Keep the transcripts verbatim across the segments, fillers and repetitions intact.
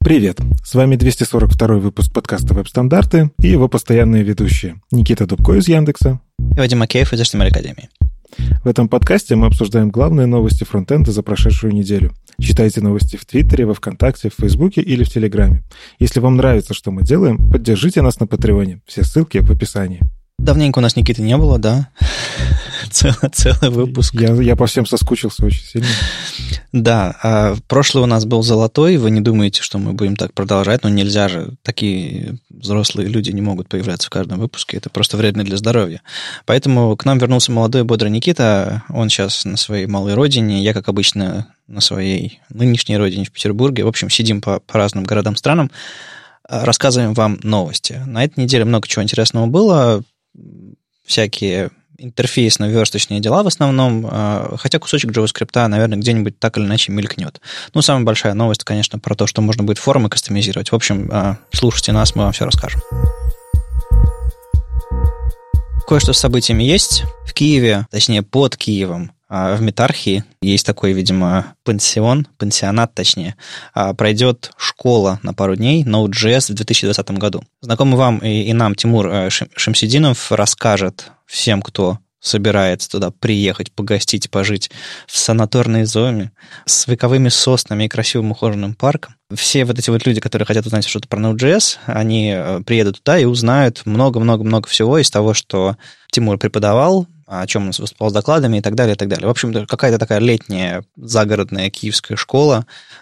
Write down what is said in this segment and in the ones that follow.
Привет! С вами двести сорок второй выпуск подкаста «Веб-стандарты» и его постоянные ведущие Никита Дубко из Яндекса и Вадим Макеев из эйч ти эм эль-академии. В этом подкасте мы обсуждаем главные новости фронтенда за прошедшую неделю. Читайте новости в Твиттере, во Вконтакте, в Фейсбуке или в Телеграме. Если вам нравится, что мы делаем, поддержите нас на Патреоне. Все ссылки в описании. Давненько у нас Никиты не было, да? Целый, целый выпуск. Я, я по всем соскучился очень сильно. Да, а прошлый у нас был золотой. Вы не думаете, что мы будем так продолжать? Ну, нельзя же. Такие взрослые люди не могут появляться в каждом выпуске. Это просто вредно для здоровья. Поэтому к нам вернулся молодой бодрый Никита. Он сейчас на своей малой родине. Я, как обычно, на своей нынешней родине в Петербурге. В общем, сидим по, по разным городам, странам. Рассказываем вам новости. На этой неделе много чего интересного было. Всякие интерфейсно-версточные дела в основном, хотя кусочек JavaScript, наверное, где-нибудь так или иначе мелькнет. Ну, самая большая новость, конечно, про то, что можно будет формы кастомизировать. В общем, слушайте нас, мы вам все расскажем. Кое-что с событиями есть. В Киеве, точнее, под Киевом, в Метархии есть такой, видимо, пансион, пансионат, точнее, пройдет школа на пару дней Node.js в две тысячи двадцатом году. Знакомый вам и, и нам Тимур Шамсидинов расскажет всем, кто собирается туда приехать, погостить, пожить в санаторной зоне с вековыми соснами и красивым ухоженным парком. Все вот эти вот люди, которые хотят узнать что-то про Node.js, они приедут туда и узнают много-много-много всего из того, что Тимур преподавал, о чем он выступал с докладами и так далее, и так далее. В общем, какая-то такая летняя загородная киевская школа.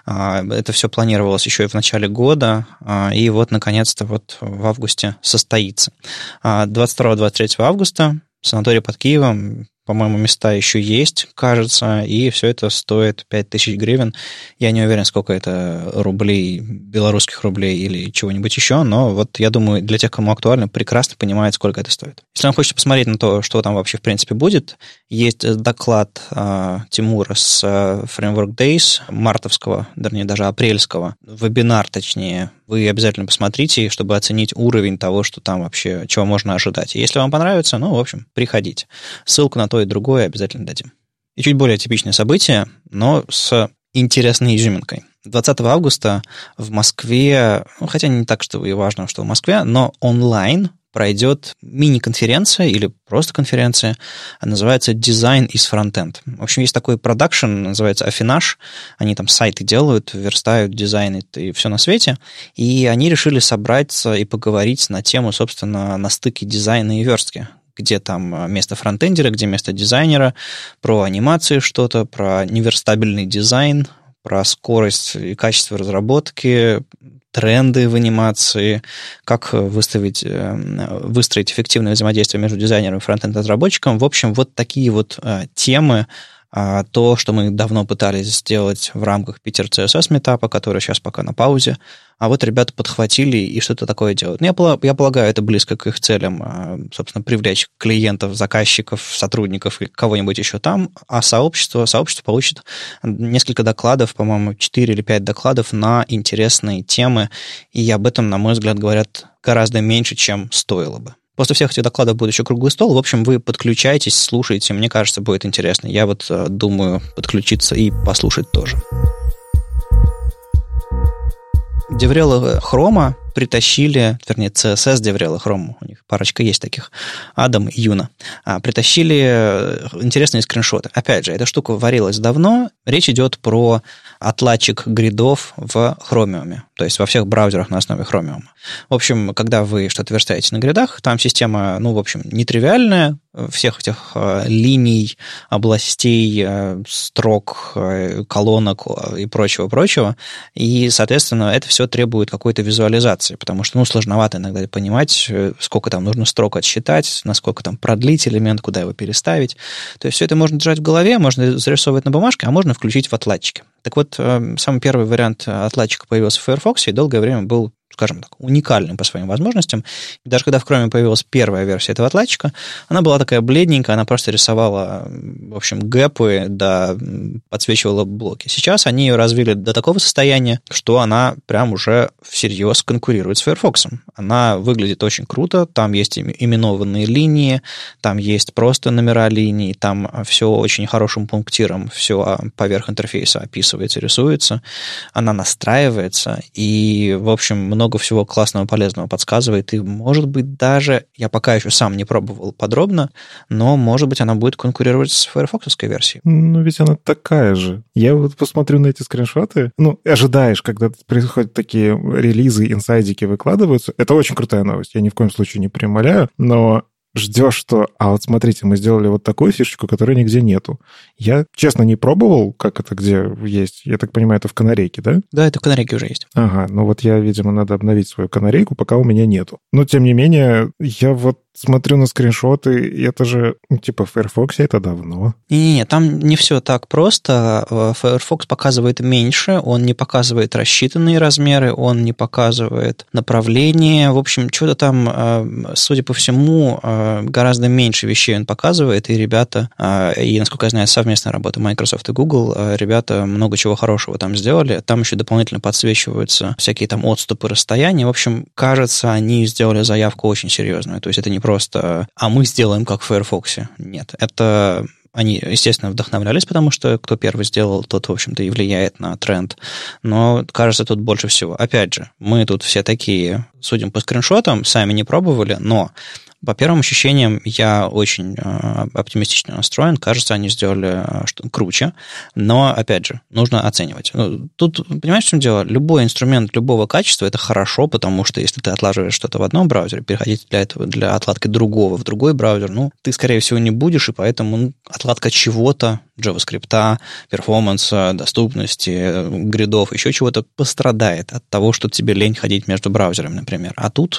Это все планировалось еще и в начале года, и вот, наконец-то, вот в августе состоится. двадцать второго - двадцать третьего августа санаторий под Киевом, по-моему, места еще есть, кажется, и все это стоит пять тысяч гривен. Я не уверен, сколько это рублей, белорусских рублей или чего-нибудь еще, но вот я думаю, для тех, кому актуально, прекрасно понимает, сколько это стоит. Если вам хочется посмотреть на то, что там вообще в принципе будет, есть доклад э, Тимура с э, Framework Days, мартовского, вернее, даже апрельского, вебинар, точнее, вы обязательно посмотрите, чтобы оценить уровень того, что там вообще, чего можно ожидать. И если вам понравится, ну, в общем, приходите. Ссылку на то и другое обязательно дадим. И чуть более типичное событие, но с интересной изюминкой. двадцатого августа в Москве, ну, хотя не так, что и важно, что в Москве, но онлайн пройдет мини-конференция или просто конференция, называется «Design is Frontend». В общем, есть такой продакшн, называется Affinage, они там сайты делают, верстают, дизайнят и все на свете, и они решили собраться и поговорить на тему, собственно, на стыке дизайна и верстки, где там место фронтендера, где место дизайнера, про анимации что-то, про неверстабельный дизайн, про скорость и качество разработки, тренды в анимации, как выставить, выстроить эффективное взаимодействие между дизайнером и фронтенд-разработчиком. В общем, вот такие вот темы, то, что мы давно пытались сделать в рамках Питер си эс эс метапа, который сейчас пока на паузе, а вот ребята подхватили и что-то такое делают. Я, я полагаю, это близко к их целям, собственно, привлечь клиентов, заказчиков, сотрудников и кого-нибудь еще там, а сообщество, сообщество получит несколько докладов, по-моему, четыре или пять докладов на интересные темы, и об этом, на мой взгляд, говорят гораздо меньше, чем стоило бы. После всех этих докладов будет еще круглый стол. В общем, вы подключайтесь, слушайте. Мне кажется, будет интересно. Я вот думаю подключиться и послушать тоже. Деврелы Хрома притащили, вернее, си эс эс Деврелы Хрома, у них парочка есть таких, Адам и Юна, притащили интересные скриншоты. Опять же, эта штука варилась давно. Речь идет про отладчик гридов в Chromium, то есть во всех браузерах на основе Chromium. В общем, когда вы что-то верстаете на гридах, там система, ну, в общем, нетривиальная, всех этих э, линий, областей, э, строк, э, колонок и прочего-прочего, и, соответственно, это все требует какой-то визуализации, потому что, ну, сложновато иногда понимать, сколько там нужно строк отсчитать, насколько там продлить элемент, куда его переставить. То есть все это можно держать в голове, можно зарисовывать на бумажке, а можно включить в отладчике. Так вот, самый первый вариант отладчика появился в Firefox и долгое время был скажем так, уникальным по своим возможностям. И даже когда в Chrome появилась первая версия этого отладчика, она была такая бледненькая, она просто рисовала, в общем, гэпы, да, подсвечивала блоки. Сейчас они ее развили до такого состояния, что она прям уже всерьез конкурирует с Firefox. Она выглядит очень круто, там есть именованные линии, там есть просто номера линий, там все очень хорошим пунктиром, все поверх интерфейса описывается, рисуется, она настраивается, и, в общем, много много всего классного, полезного подсказывает, и, может быть, даже, я пока еще сам не пробовал подробно, но, может быть, она будет конкурировать с файрфоксовской версией. Ну, ведь она такая же. Я вот посмотрю на эти скриншоты, ну, ожидаешь, когда происходят такие релизы, инсайдики выкладываются. Это очень крутая новость, я ни в коем случае не преумоляю, но ждешь, что, а вот смотрите, мы сделали вот такую фишечку, которой нигде нету. Я, честно, не пробовал, как это где есть. Я так понимаю, это в канарейке, да? Да, это в канарейке уже есть. Ага, ну вот я, видимо, надо обновить свою канарейку, пока у меня нету. Но, тем не менее, я вот смотрю на скриншоты, и это же, ну, типа, в Firefox это давно. Не-не-не, там не все так просто. Firefox показывает меньше, он не показывает рассчитанные размеры, он не показывает направление. В общем, что-то там, судя по всему, гораздо меньше вещей он показывает, и ребята, и, насколько я знаю, совместная работа Microsoft и Google, ребята много чего хорошего там сделали. Там еще дополнительно подсвечиваются всякие там отступы, расстояния. В общем, кажется, они сделали заявку очень серьезную. То есть это не просто «а мы сделаем как в Firefox». Нет, это... Они, естественно, вдохновлялись, потому что кто первый сделал, тот, в общем-то, и влияет на тренд. Но, кажется, тут больше всего. Опять же, мы тут все такие, судим по скриншотам, сами не пробовали, но по первым ощущениям я очень оптимистично настроен. Кажется, они сделали что круче. Но, опять же, нужно оценивать. Тут, понимаешь, в чем дело? Любой инструмент любого качества – это хорошо, потому что если ты отлаживаешь что-то в одном браузере, переходить для этого, для отладки другого в другой браузер, ну, ты, скорее всего, не будешь, и поэтому ну, отладка чего-то, JavaScript, перформанса, доступности, гридов, еще чего-то пострадает от того, что тебе лень ходить между браузерами, например. А тут,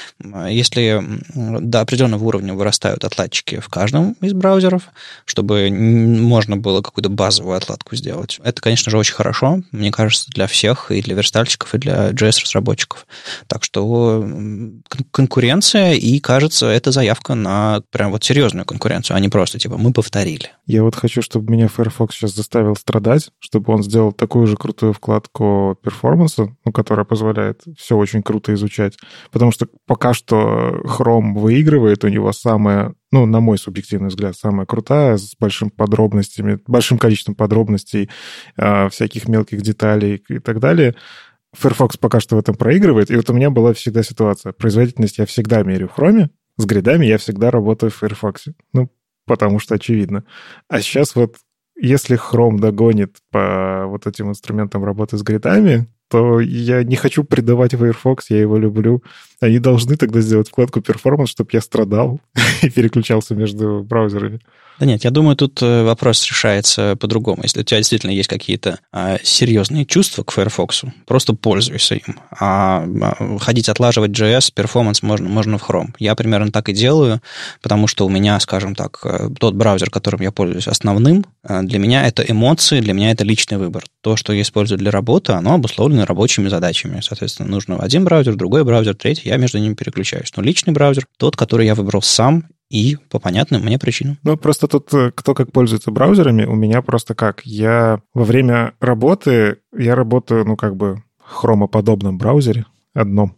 если до определенного уровня вырастают отладчики в каждом из браузеров, чтобы можно было какую-то базовую отладку сделать, это, конечно же, очень хорошо, мне кажется, для всех, и для верстальщиков, и для джей эс-разработчиков. Так что конкуренция, и, кажется, это заявка на прям вот серьезную конкуренцию, а не просто, типа, мы повторили. Я вот хочу, чтобы меня Firefox сейчас заставил страдать, чтобы он сделал такую же крутую вкладку перформанса, ну, которая позволяет все очень круто изучать. Потому что пока что Chrome выигрывает, у него самая, ну, на мой субъективный взгляд, самая крутая, с большими подробностями, большим количеством подробностей, э, всяких мелких деталей и так далее. Firefox пока что в этом проигрывает, и вот у меня была всегда ситуация. Производительность я всегда меряю в Chrome, с гридами я всегда работаю в Firefox. Ну, потому что очевидно. А сейчас вот, если Chrome догонит по вот этим инструментам работы с гридами, то я не хочу предавать Firefox, я его люблю. Они должны тогда сделать вкладку Performance, чтобы я страдал и переключался между браузерами. Да нет, я думаю, тут вопрос решается по-другому. Если у тебя действительно есть какие-то а, серьезные чувства к Firefox, просто пользуйся им. А, а ходить отлаживать джей эс, Performance можно, можно в Chrome. Я примерно так и делаю, потому что у меня, скажем так, тот браузер, которым я пользуюсь основным, для меня это эмоции, для меня это личный выбор. То, что я использую для работы, оно обусловлено рабочими задачами. Соответственно, нужно один браузер, другой браузер, третий, я между ними переключаюсь. Но личный браузер, тот, который я выбрал сам, и по понятным мне причинам. Ну, просто тут кто как пользуется браузерами, у меня просто как. Я во время работы, я работаю, ну, как бы в хромоподобном браузере одном.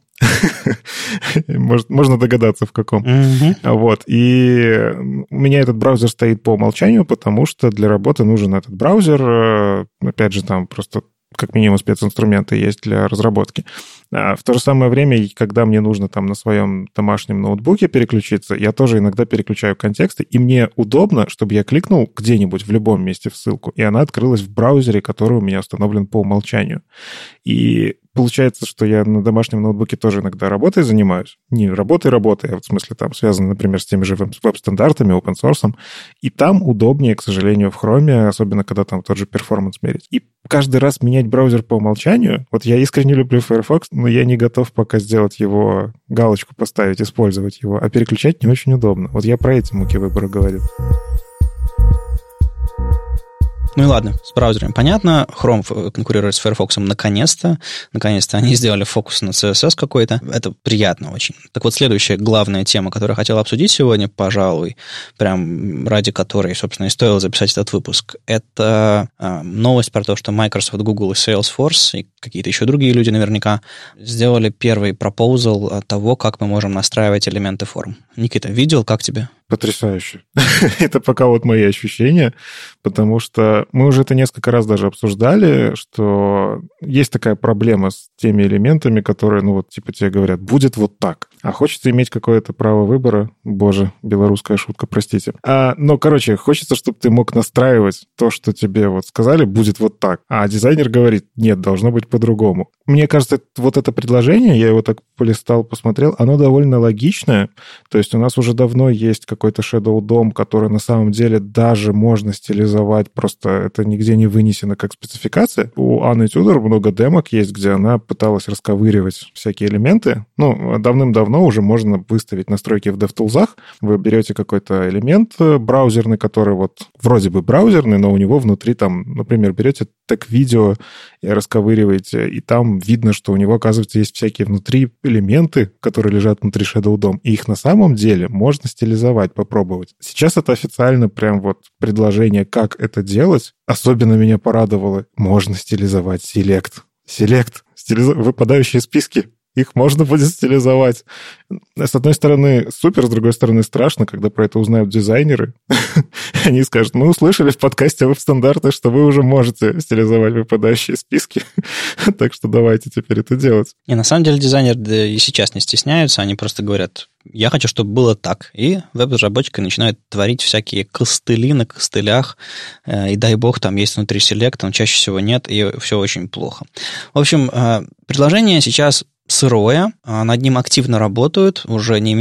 Может, можно догадаться, в каком. Uh-huh. Вот. И у меня этот браузер стоит по умолчанию, потому что для работы нужен этот браузер. Опять же, там просто как минимум специнструменты есть для разработки. А в то же самое время, когда мне нужно там на своем домашнем ноутбуке переключиться, я тоже иногда переключаю контексты, и мне удобно, чтобы я кликнул где-нибудь в любом месте в ссылку, и она открылась в браузере, который у меня установлен по умолчанию. И получается, что я на домашнем ноутбуке тоже иногда работой занимаюсь. Не работой, работой, а в смысле там связано, например, с теми же веб-стандартами, open-source. И там удобнее, к сожалению, в Chrome, особенно когда там тот же перформанс мерить. И каждый раз менять браузер по умолчанию, вот я искренне люблю Firefox, но я не готов пока сделать его, галочку поставить, использовать его, а переключать не очень удобно. Вот я про эти муки выбора говорю. Ну и ладно, с браузерами понятно. Chrome конкурирует с Firefox наконец-то. Наконец-то они сделали фокус на си эс эс какой-то. Это приятно очень. Так вот, следующая главная тема, которую я хотел обсудить сегодня, пожалуй, прям ради которой, собственно, и стоило записать этот выпуск, это э, новость про то, что Microsoft, Google и Salesforce, и какие-то еще другие люди наверняка, сделали первый пропозал того, как мы можем настраивать элементы форм. Никита, видел? Как тебе? Потрясающе. Это пока вот мои ощущения, потому что мы уже это несколько раз даже обсуждали, что есть такая проблема с теми элементами, которые, ну вот, типа тебе говорят, будет вот так. А хочется иметь какое-то право выбора. Боже, белорусская шутка, простите. А, но, короче, хочется, чтобы ты мог настраивать то, что тебе вот сказали, будет вот так. А дизайнер говорит, нет, должно быть по-другому. Мне кажется, вот это предложение, я его так полистал, посмотрел, оно довольно логичное. То есть у нас уже давно есть какой-то Shadow дом, который на самом деле даже можно стилизовать, просто это нигде не вынесено как спецификация. У Анны Тюдор много демок есть, где она пыталась расковыривать всякие элементы. Ну, давным-давно уже можно выставить настройки в DevTools. Вы берете какой-то элемент браузерный, который вот вроде бы браузерный, но у него внутри там, например, берете тег-видео и расковыриваете, и там видно, что у него, оказывается, есть всякие внутри элементы, которые лежат внутри Shadow дом, и их на самом деле можно стилизовать, попробовать. Сейчас это официально прям вот предложение, как это делать. Особенно меня порадовало. Можно стилизовать Select. Select. Стилизо... Выпадающие списки. Их можно будет стилизовать. С одной стороны, супер, с другой стороны, страшно, когда про это узнают дизайнеры. Они скажут, мы услышали в подкасте веб-стандарты, что вы уже можете стилизовать выпадающие списки. Так что давайте теперь это делать. И на самом деле дизайнеры и сейчас не стесняются, они просто говорят, я хочу, чтобы было так. И веб-разработчики начинают творить всякие костыли на костылях, и дай бог, там есть внутри Select, но чаще всего нет, и все очень плохо. В общем, предложение сейчас сырое, над ним активно работают уже не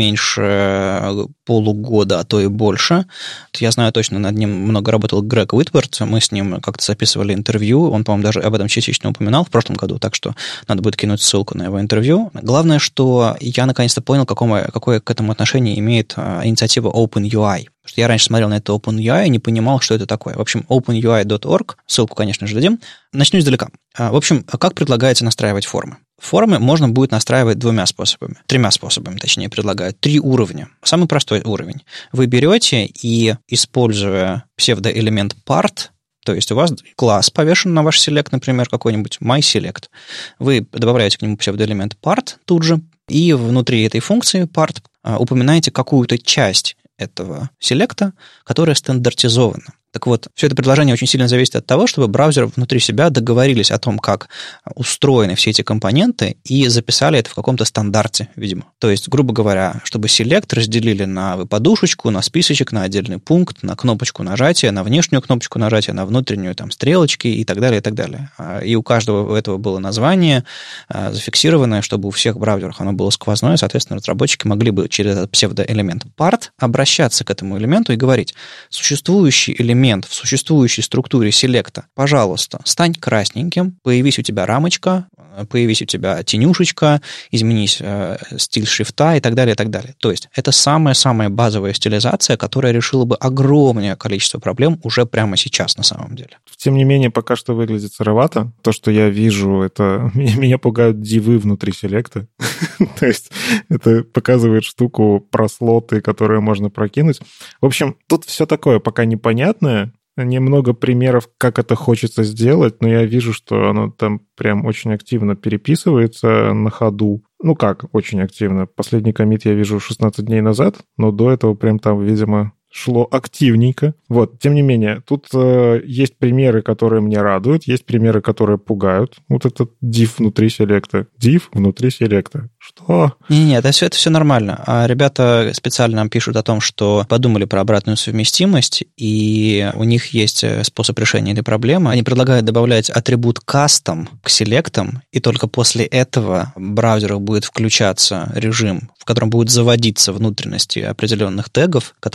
меньше полугода, а то и больше. Я знаю точно, над ним много работал Грег Уитворд, мы с ним как-то записывали интервью, он, по-моему, даже об этом частично упоминал в прошлом году, так что надо будет кинуть ссылку на его интервью. Главное, что я наконец-то понял, какое, какое к этому отношение имеет инициатива OpenUI. Потому что я раньше смотрел на это OpenUI и не понимал, что это такое. В общем, open U I точка org, ссылку, конечно же, дадим. Начну издалека. В общем, как предлагается настраивать формы? Формы можно будет настраивать двумя способами. Тремя способами, точнее, предлагают. Три уровня. Самый простой уровень. Вы берете и, используя псевдоэлемент part, то есть у вас класс повешен на ваш select, например, какой-нибудь mySelect, вы добавляете к нему псевдоэлемент part тут же, и внутри этой функции part упоминаете какую-то часть этого селекта, которая стандартизована. Так вот, все это предложение очень сильно зависит от того, чтобы браузеры внутри себя договорились о том, как устроены все эти компоненты, и записали это в каком-то стандарте, видимо. То есть, грубо говоря, чтобы селект разделили на подушечку, на списочек, на отдельный пункт, на кнопочку нажатия, на внешнюю кнопочку нажатия, на внутреннюю там стрелочки и так далее, и так далее. И у каждого этого было название зафиксированное, чтобы у всех браузеров оно было сквозное, соответственно, разработчики могли бы через этот псевдоэлемент part обращаться к этому элементу и говорить, существующий элемент в существующей структуре селекта, пожалуйста, стань красненьким, появись у тебя рамочка, появись у тебя тенюшечка, изменись э, стиль шрифта и так далее, и так далее. То есть это самая-самая базовая стилизация, которая решила бы огромное количество проблем уже прямо сейчас на самом деле. Тем не менее, пока что выглядит сыровато. То, что я вижу, это меня пугают дивы внутри селекта. То есть это показывает штуку про слоты, которые можно прокинуть. В общем, тут все такое пока непонятное. Немного примеров, как это хочется сделать, но я вижу, что оно там прям очень активно переписывается на ходу. Ну как очень активно? Последний коммит я вижу шестнадцать дней назад, но до этого прям там, видимо, шло активненько. Вот, тем не менее, тут э, есть примеры, которые меня радуют, есть примеры, которые пугают. Вот этот div внутри селекта. Div внутри селекта. Что? Не-не, это все, это все нормально. А ребята специально нам пишут о том, что подумали про обратную совместимость, и у них есть способ решения этой проблемы. Они предлагают добавлять атрибут custom к селектам, и только после этого в браузерах будет включаться режим, в котором будут заводиться внутренности определенных тегов, которые в браузере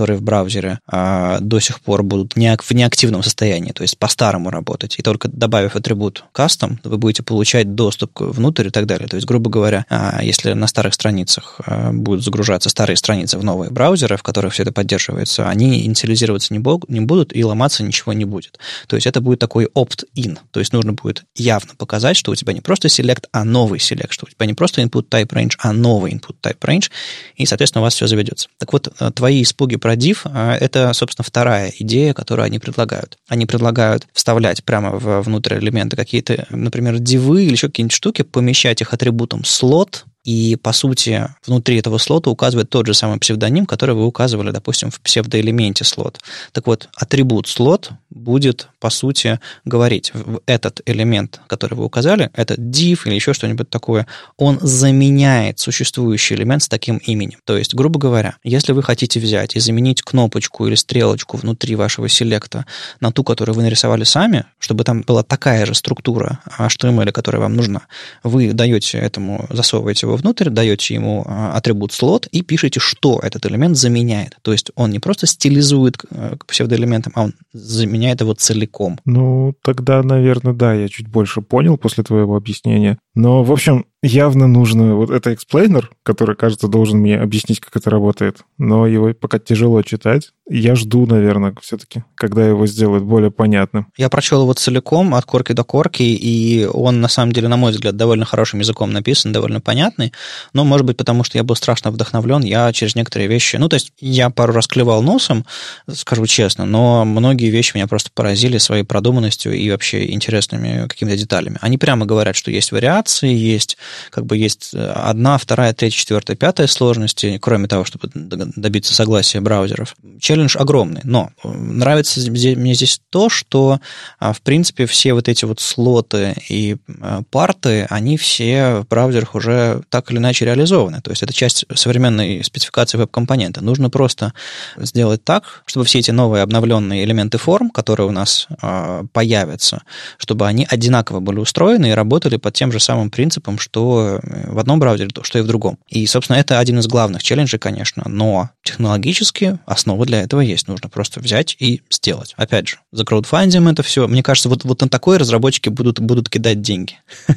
браузере а, до сих пор будут не, в неактивном состоянии, то есть по-старому работать. И только добавив атрибут custom, вы будете получать доступ внутрь и так далее. То есть, грубо говоря, а, если на старых страницах а, будут загружаться старые страницы в новые браузеры, в которых все это поддерживается, они инициализироваться не, бог, не будут и ломаться ничего не будет. То есть это будет такой opt-in. То есть нужно будет явно показать, что у тебя не просто select, а новый select, что у тебя не просто input type range, а новый input type range, и, соответственно, у вас все заведется. Так вот, твои испуги про div — это, собственно, вторая идея, которую они предлагают. Они предлагают вставлять прямо в, внутрь элементы какие-то, например, дивы или еще какие-нибудь штуки, помещать их атрибутом slot, и, по сути, внутри этого слота указывает тот же самый псевдоним, который вы указывали, допустим, в псевдоэлементе слот. Так вот, атрибут слот будет, по сути, говорить, в этот элемент, который вы указали, этот div или еще что-нибудь такое, он заменяет существующий элемент с таким именем. То есть, грубо говоря, если вы хотите взять и заменить кнопочку или стрелочку внутри вашего селекта на ту, которую вы нарисовали сами, чтобы там была такая же структура эйч ти эм эль, которая вам нужна, вы даете этому, засовываете его внутрь, даете ему атрибут слот и пишете, что этот элемент заменяет. То есть он не просто стилизует к псевдоэлементам, а он заменяет его целиком. Ну, тогда, наверное, да, я чуть больше понял после твоего объяснения. Но, в общем, явно нужно... Вот это эксплейнер, который, кажется, должен мне объяснить, как это работает, но его пока тяжело читать. Я жду, наверное, все-таки, когда его сделают более понятным. Я прочел его целиком, от корки до корки, и он, на самом деле, на мой взгляд, довольно хорошим языком написан, довольно понятный, но, может быть, потому что я был страшно вдохновлен, я через некоторые вещи... Ну, то есть я пару раз клевал носом, скажу честно, но многие вещи меня просто поразили своей продуманностью и вообще интересными какими-то деталями. Они прямо говорят, что есть вариации, есть как бы есть одна, вторая, третья, четвертая, пятая сложности, кроме того, чтобы добиться согласия браузеров. Челлендж огромный, но нравится мне здесь то, что, в принципе, все вот эти вот слоты и парты, они все в браузерах уже так или иначе реализованы. То есть это часть современной спецификации веб-компонента. Нужно просто сделать так, чтобы все эти новые обновленные элементы форм, которые у нас появятся, чтобы они одинаково были устроены и работали под тем же самым принципом, что в одном браузере, что и в другом. И, собственно, это один из главных челленджей, конечно, но технологически основа для этого есть. Нужно просто взять и сделать. Опять же, за краудфандингом это все. Мне кажется, вот, вот на такое разработчики будут, будут кидать деньги.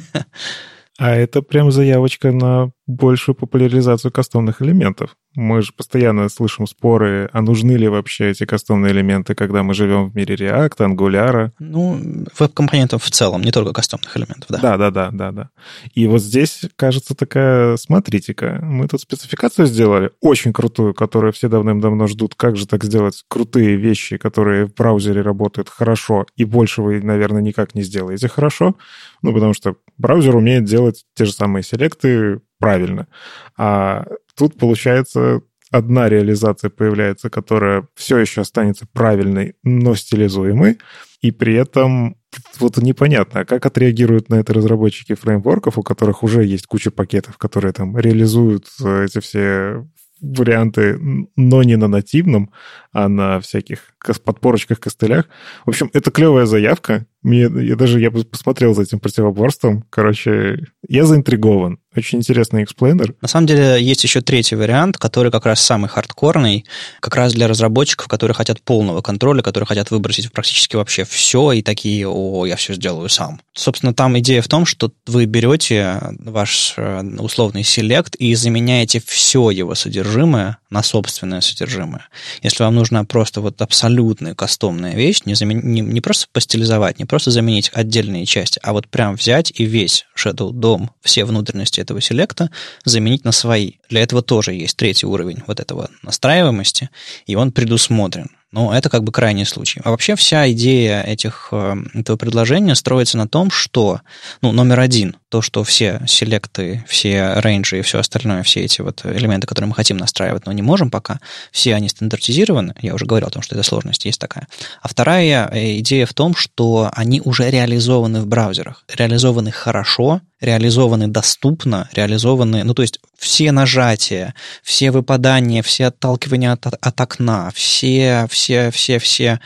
А это прям заявочка на большую популяризацию кастомных элементов. Мы же постоянно слышим споры, а нужны ли вообще эти кастомные элементы, когда мы живем в мире React, Angular. Ну, веб-компонентов в целом, не только кастомных элементов, да. Да, да, да, да, да. И вот здесь, кажется, такая, смотрите-ка, мы тут спецификацию сделали, очень крутую, которую все давным-давно ждут. Как же так сделать крутые вещи, которые в браузере работают хорошо, и больше вы, наверное, никак не сделаете хорошо? Ну, потому что браузер умеет делать те же самые селекты правильно. А тут, получается, одна реализация появляется, которая все еще останется правильной, но стилизуемой, и при этом вот непонятно, как отреагируют на это разработчики фреймворков, у которых уже есть куча пакетов, которые там реализуют эти все варианты, но не на нативном, а на всяких подпорочках, костылях. В общем, это клевая заявка. Мне, я даже я посмотрел за этим противоборством. Короче, я заинтригован. Очень интересный эксплейнер. На самом деле, есть еще третий вариант, который как раз самый хардкорный, как раз для разработчиков, которые хотят полного контроля, которые хотят выбросить практически вообще все и такие: о, я все сделаю сам. Собственно, там идея в том, что вы берете ваш условный селект и заменяете все его содержимое на собственное содержимое. Если вам нужна просто вот абсолютная кастомная вещь, не, замен... не, не просто постилизовать, не просто заменить отдельные части, а вот прям взять и весь Shadow дом, все внутренности этого селекта заменить на свои. Для этого тоже есть третий уровень вот этого настраиваемости, и он предусмотрен. Но это как бы крайний случай. А вообще вся идея этих, этого предложения строится на том, что, ну, номер один, то, что все селекты, все рейнджи и все остальное, все эти вот элементы, которые мы хотим настраивать, но не можем пока, все они стандартизированы. Я уже говорил о том, что эта сложность есть такая. А вторая идея в том, что они уже реализованы в браузерах. Реализованы хорошо, реализованы доступно, реализованы, ну, то есть все нажатия, все выпадания, все отталкивания от, от окна, все, все, все, все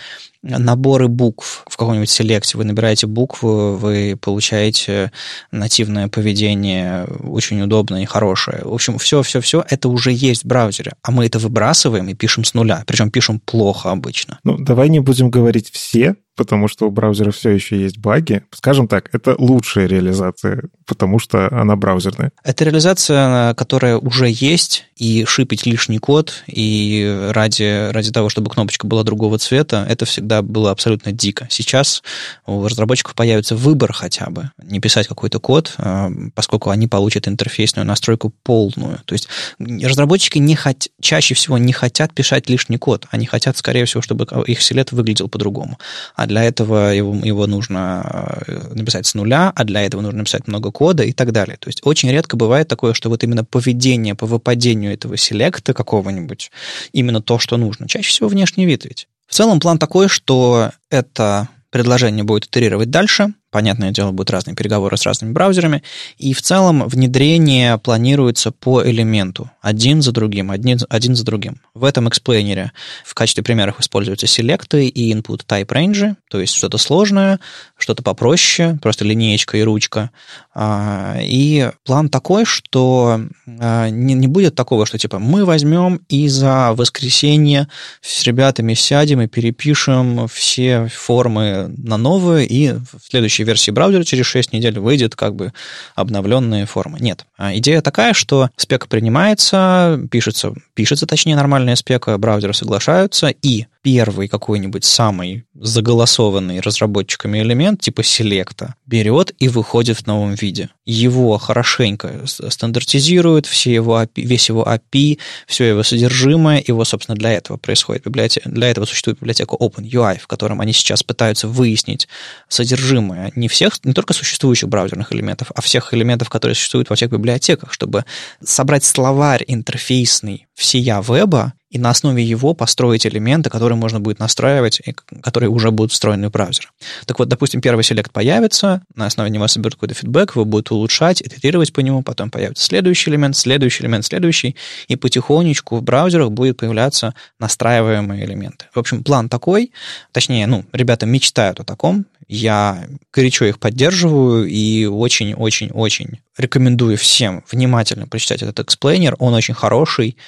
наборы букв в каком-нибудь селекте. Вы набираете букву, вы получаете нативное поведение, очень удобное и хорошее. В общем, все-все-все это уже есть в браузере, а мы это выбрасываем и пишем с нуля. Причем пишем плохо обычно. Ну, давай не будем говорить «все», потому что у браузера все еще есть баги. Скажем так, это лучшая реализация, потому что она браузерная. Это реализация, которая уже есть, и шипить лишний код, и ради, ради того, чтобы кнопочка была другого цвета, это всегда было абсолютно дико. Сейчас у разработчиков появится выбор хотя бы, не писать какой-то код, поскольку они получат интерфейсную настройку полную. То есть разработчики не хот... чаще всего не хотят писать лишний код, они хотят, скорее всего, чтобы их селект выглядел по-другому. А для этого его, его нужно написать с нуля, а для этого нужно написать много кода и так далее. То есть очень редко бывает такое, что вот именно поведение по выпадению этого селекта какого-нибудь, именно то, что нужно. Чаще всего внешний вид ведь. В целом план такой, что это предложение будет итерировать дальше. Понятное дело, будут разные переговоры с разными браузерами. И в целом внедрение планируется по элементу. Один за другим, один, один за другим. В этом эксплейнере в качестве примеров используются селекты и input type range, то есть что-то сложное, что-то попроще, просто линеечка и ручка. И план такой, что не, не будет такого, что типа мы возьмем и за воскресенье с ребятами сядем и перепишем все формы на новые, и в следующей версии браузера через шесть недель выйдет как бы обновленные формы. Нет. Идея такая, что спека принимается, пишется, пишется, точнее, нормальная спека, браузеры соглашаются, и первый какой-нибудь самый заголосованный разработчиками элемент, типа селекта, берет и выходит в новом виде. Его хорошенько стандартизируют, все его эй пи ай, весь его эй пи ай, все его содержимое, его, собственно, для этого происходит. Библиотека, для этого существует библиотека OpenUI, в котором они сейчас пытаются выяснить содержимое не всех, не только существующих браузерных элементов, а всех элементов, которые существуют во всех библиотеках, чтобы собрать словарь интерфейсный всея веба и на основе его построить элементы, которые можно будет настраивать, и которые уже будут встроены в браузер. Так вот, допустим, первый селект появится, на основе него соберут какой-то фидбэк, вы будете улучшать, итерировать по нему, потом появится следующий элемент, следующий элемент, следующий, и потихонечку в браузерах будет появляться настраиваемые элементы. В общем, план такой, точнее, ну, ребята мечтают о таком, я горячо их поддерживаю и очень-очень-очень рекомендую всем внимательно прочитать этот эксплейнер. Он очень хороший.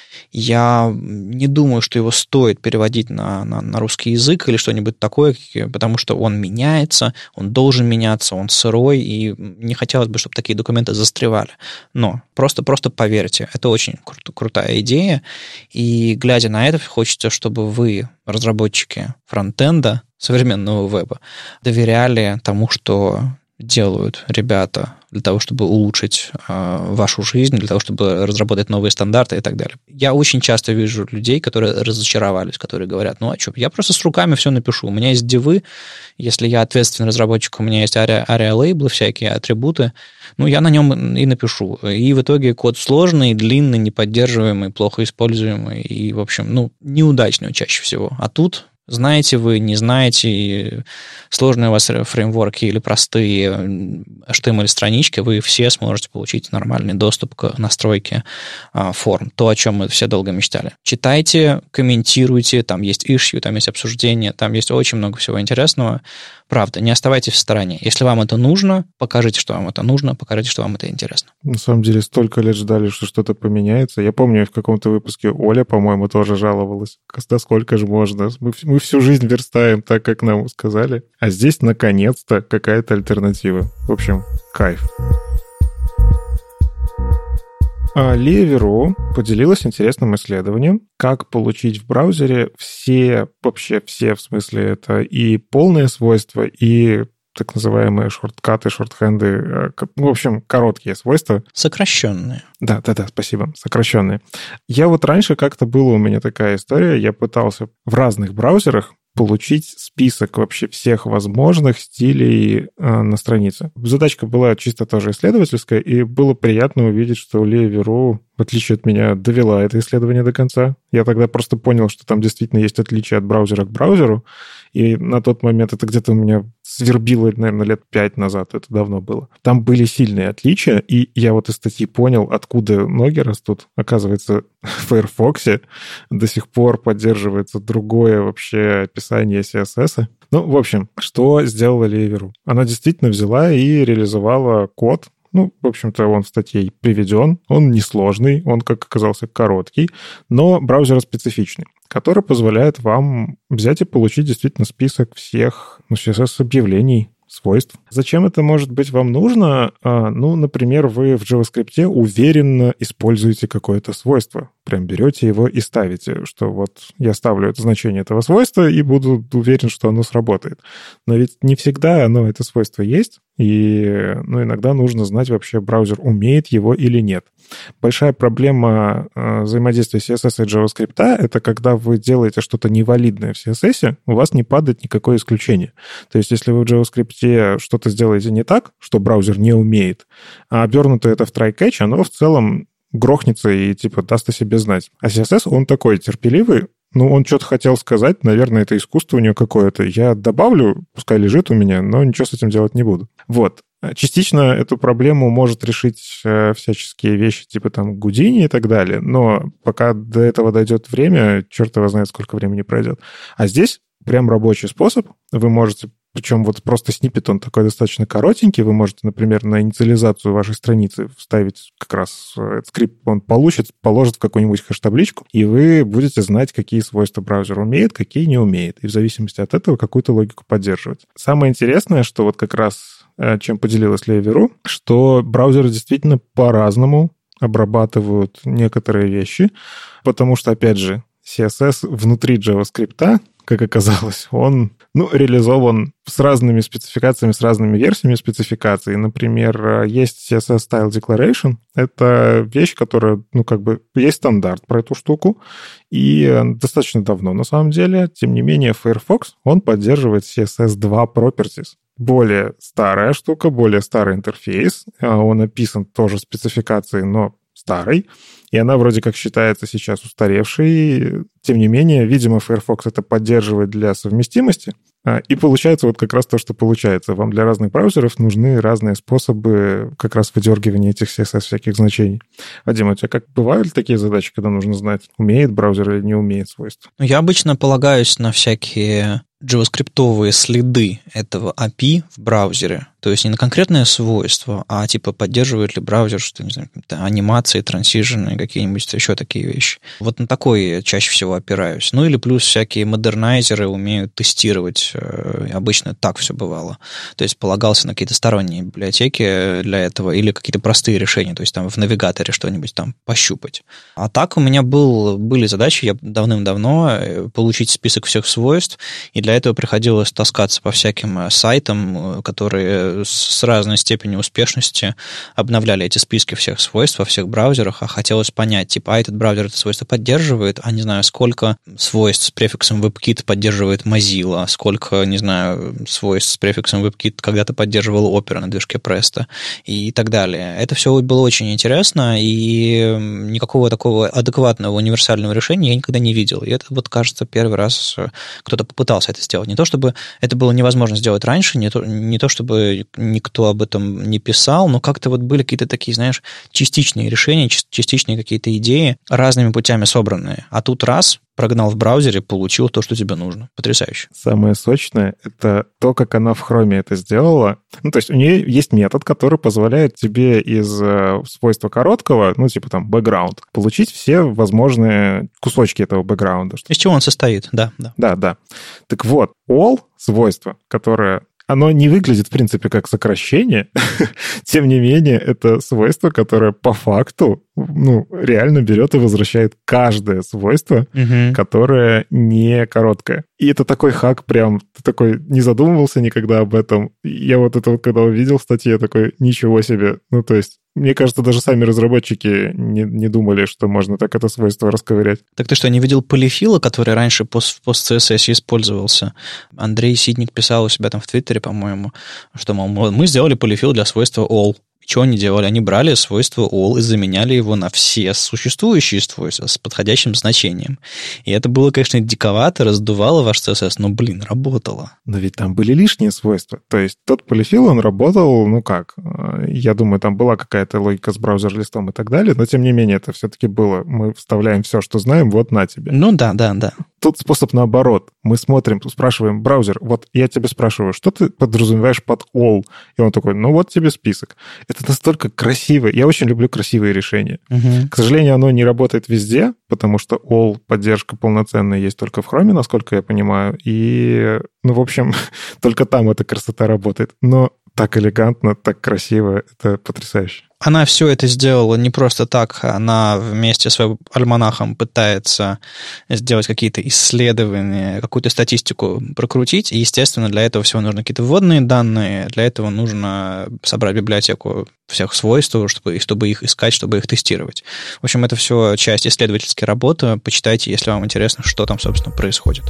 Я не думаю, что его стоит переводить на, на, на русский язык или что-нибудь такое, потому что он меняется, он должен меняться, он сырой, и не хотелось бы, чтобы такие документы застревали. Но просто, просто поверьте, это очень кру- крутая идея. И глядя на это, хочется, чтобы вы, разработчики фронтенда, современного веба, доверяли тому, что делают ребята для того, чтобы улучшить э, вашу жизнь, для того, чтобы разработать новые стандарты и так далее. Я очень часто вижу людей, которые разочаровались, которые говорят, ну а что, я просто с руками все напишу. У меня есть дивы, если я ответственный разработчик, у меня есть ариа-лейблы, всякие атрибуты, ну я на нем и напишу. И в итоге код сложный, длинный, неподдерживаемый, плохо используемый и, в общем, ну, неудачный чаще всего. А тут знаете вы, не знаете, сложные у вас фреймворки или простые эйч ти эм эль-странички, вы все сможете получить нормальный доступ к настройке а, форм. То, о чем мы все долго мечтали. Читайте, комментируйте, там есть issue, там есть обсуждение, там есть очень много всего интересного. Правда, не оставайтесь в стороне. Если вам это нужно, покажите, что вам это нужно, покажите, что вам это интересно. На самом деле, столько лет ждали, что что-то поменяется. Я помню, в каком-то выпуске Оля, по-моему, тоже жаловалась. Да сколько же можно? Мы, мы всю жизнь верстаем так, как нам сказали. А здесь, наконец-то, какая-то альтернатива. В общем, кайф. А Лия поделилась интересным исследованием, как получить в браузере все, вообще все, в смысле, это и полные свойства, и так называемые шорткаты, шортхенды, ну, в общем, короткие свойства. Сокращенные. Да, да, да, спасибо, сокращенные. Я вот раньше как-то была у меня такая история, я пытался в разных браузерах получить список вообще всех возможных стилей э, на странице. Задачка была чисто тоже исследовательская, и было приятно увидеть, что у Лии Веру в отличие от меня, довела это исследование до конца. Я тогда просто понял, что там действительно есть отличие от браузера к браузеру, и на тот момент это где-то у меня свербило, наверное, лет пять назад, это давно было. Там были сильные отличия, и я вот из статьи понял, откуда ноги растут. Оказывается, в Firefox до сих пор поддерживается другое вообще описание си эс эс. Ну, в общем, что сделала Леверу? Она действительно взяла и реализовала код. Ну, в общем-то, он в статье приведен, он несложный, он, как оказался, короткий, но браузероспецифичный, который позволяет вам взять и получить действительно список всех, ну, си эс эс-объявлений, свойств. Зачем это может быть вам нужно? А, ну, например, вы в JavaScript уверенно используете какое-то свойство. Прям берете его и ставите, что вот я ставлю это значение этого свойства и буду уверен, что оно сработает. Но ведь не всегда оно, это свойство есть, и ну, иногда нужно знать вообще, браузер умеет его или нет. Большая проблема э, взаимодействия си эс эс и JavaScript — это когда вы делаете что-то невалидное в си эс эс, у вас не падает никакое исключение. То есть если вы в JavaScript что-то сделаете не так, что браузер не умеет, а обернуто это в try-catch, оно в целом грохнется и типа даст о себе знать. А си эс эс, он такой терпеливый, ну, он что-то хотел сказать, наверное, это искусство у него какое-то. Я добавлю, пускай лежит у меня, но ничего с этим делать не буду. Вот. Частично эту проблему может решить всяческие вещи, типа там Houdini и так далее, но пока до этого дойдет время, черт его знает, сколько времени пройдет. А здесь прям рабочий способ. Вы можете, причем вот просто сниппет, он такой достаточно коротенький, вы можете, например, на инициализацию вашей страницы вставить как раз этот скрипт, он получит, положит в какую-нибудь хэш-табличку, и вы будете знать, какие свойства браузер умеет, какие не умеет, и в зависимости от этого какую-то логику поддерживать. Самое интересное, что вот как раз чем поделилась Леверу, что браузеры действительно по-разному обрабатывают некоторые вещи, потому что, опять же, си эс эс внутри JavaScript, как оказалось, он, ну, реализован с разными спецификациями, с разными версиями спецификаций. Например, есть си эс эс Style Declaration. Это вещь, которая, ну, как бы, есть стандарт про эту штуку, и достаточно давно, на самом деле. Тем не менее, Firefox, он поддерживает си эс эс два Properties. Более старая штука, более старый интерфейс. Он описан тоже спецификацией, но старой, и она вроде как считается сейчас устаревшей. Тем не менее, видимо, Firefox это поддерживает для совместимости, и получается вот как раз то, что получается. Вам для разных браузеров нужны разные способы как раз выдергивания этих си эс эс всяких значений. Вадим, у тебя как бывают ли такие задачи, когда нужно знать, умеет браузер или не умеет свойства? Я обычно полагаюсь на всякие JavaScript-овые следы этого эй пи ай в браузере. То есть не на конкретное свойство, а типа поддерживает ли браузер, что, не знаю, анимации, трансижены, какие-нибудь еще такие вещи. Вот на такое чаще всего опираюсь. Ну или плюс всякие модернайзеры умеют тестировать. Обычно так все бывало. То есть полагался на какие-то сторонние библиотеки для этого или какие-то простые решения, то есть там в навигаторе что-нибудь там пощупать. А так у меня был, были задачи, я давным-давно получить список всех свойств, и для этого приходилось таскаться по всяким сайтам, которые с разной степенью успешности обновляли эти списки всех свойств во всех браузерах, а хотелось понять, типа, а этот браузер это свойство поддерживает, а не знаю, сколько свойств с префиксом WebKit поддерживает Mozilla, сколько, не знаю, свойств с префиксом WebKit когда-то поддерживал Opera на движке Presto и так далее. Это все было очень интересно, и никакого такого адекватного универсального решения я никогда не видел. И это вот, кажется, первый раз кто-то попытался это сделать. Не то, чтобы это было невозможно сделать раньше, не то, не то чтобы никто об этом не писал, но как-то вот были какие-то такие, знаешь, частичные решения, частичные какие-то идеи, разными путями собранные. А тут раз, прогнал в браузере, получил то, что тебе нужно. Потрясающе. Самое сочное — это то, как она в Chrome это сделала. Ну, то есть у нее есть метод, который позволяет тебе из э, свойства короткого, ну, типа там background, получить все возможные кусочки этого бэкграунда. Из чего он состоит, да. Да, да. да. Так вот, all свойство, которое оно не выглядит, в принципе, как сокращение. Тем не менее, это свойство, которое по факту ну, реально берет и возвращает каждое свойство, uh-huh. которое не короткое. И это такой хак прям, ты такой не задумывался никогда об этом. Я вот это вот когда увидел в статье, такой, ничего себе. Ну, то есть, мне кажется, даже сами разработчики не, не думали, что можно так это свойство расковырять. Так ты что, не видел полифила, который раньше в пост-си эс эс использовался? Андрей Сидник писал у себя там в Твиттере, по-моему, что, мол, мы сделали полифил для свойства all. Что они делали? Они брали свойство all и заменяли его на все существующие свойства с подходящим значением. И это было, конечно, диковато, раздувало ваш си эс эс, но, блин, работало. Но ведь там были лишние свойства. То есть тот полифил, он работал, ну как, я думаю, там была какая-то логика с браузер-листом и так далее, но, тем не менее, это все-таки было. Мы вставляем все, что знаем, вот на тебе. Ну да, да, да. Тут способ наоборот. Мы смотрим, спрашиваем браузер, вот я тебя спрашиваю, что ты подразумеваешь под all? И он такой, ну вот тебе список. Это настолько красиво. Я очень люблю красивые решения. Угу. К сожалению, оно не работает везде, потому что all поддержка полноценная есть только в Chrome, насколько я понимаю. И, ну, в общем, только там эта красота работает. Но так элегантно, так красиво, это потрясающе. Она все это сделала не просто так, она вместе с своим альманахом пытается сделать какие-то исследования, какую-то статистику прокрутить, и, естественно, для этого всего нужны какие-то вводные данные, для этого нужно собрать библиотеку всех свойств, чтобы, чтобы их искать, чтобы их тестировать. В общем, это все часть исследовательской работы, почитайте, если вам интересно, что там, собственно, происходит.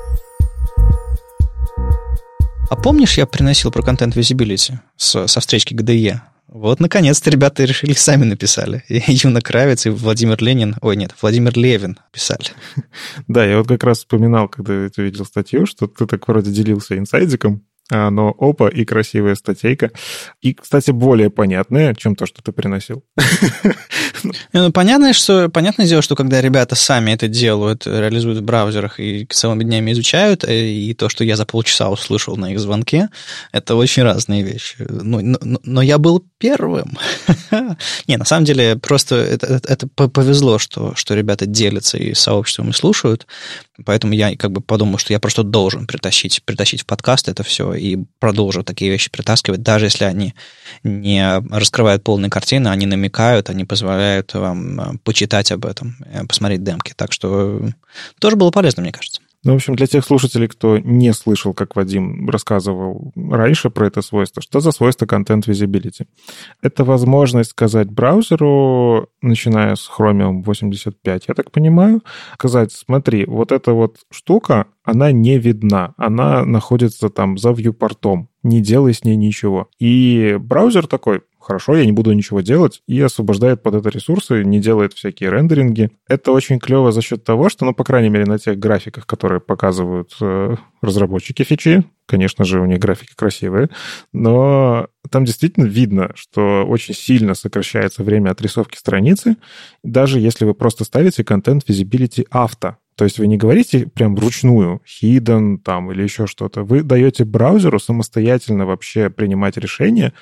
А помнишь, я приносил про контент visibility с, со встречки джи ди и? Вот, наконец-то ребята решили, сами написали. И Юна Кравец, и Владимир Ленин, ой, нет, Владимир Левин писали. Да, я вот как раз вспоминал, когда я видел статью, что ты так вроде делился инсайдиком, но опа, и красивая статейка. И, кстати, более понятная, чем то, что ты приносил. Ну, понятно, что, понятное дело, что когда ребята сами это делают, реализуют в браузерах и целыми днями изучают, и то, что я за полчаса услышал на их звонке, это очень разные вещи. Но, но, но я был первым. Не, на самом деле, просто это, это повезло, что, что ребята делятся и сообществом, и слушают, поэтому я как бы подумал, что я просто должен притащить, притащить в подкаст это все и продолжу такие вещи притаскивать, даже если они не раскрывают полные картины, они намекают, они позволяют вам почитать об этом, посмотреть демки. Так что тоже было полезно, мне кажется. Ну, в общем, для тех слушателей, кто не слышал, как Вадим рассказывал раньше про это свойство, что за свойство Content Visibility? Это возможность сказать браузеру, начиная с Chromium восемьдесят пять, я так понимаю, сказать, смотри, вот эта вот штука, она не видна, она находится там за вьюпортом, не делай с ней ничего. И браузер такой, хорошо, я не буду ничего делать, и освобождает под это ресурсы, не делает всякие рендеринги. Это очень клево за счет того, что, ну, по крайней мере, на тех графиках, которые показывают э, разработчики фичи, конечно же, у них графики красивые, но там действительно видно, что очень сильно сокращается время отрисовки страницы, даже если вы просто ставите Content Visibility Auto. То есть вы не говорите прям вручную, hidden там или еще что-то. Вы даете браузеру самостоятельно вообще принимать решение.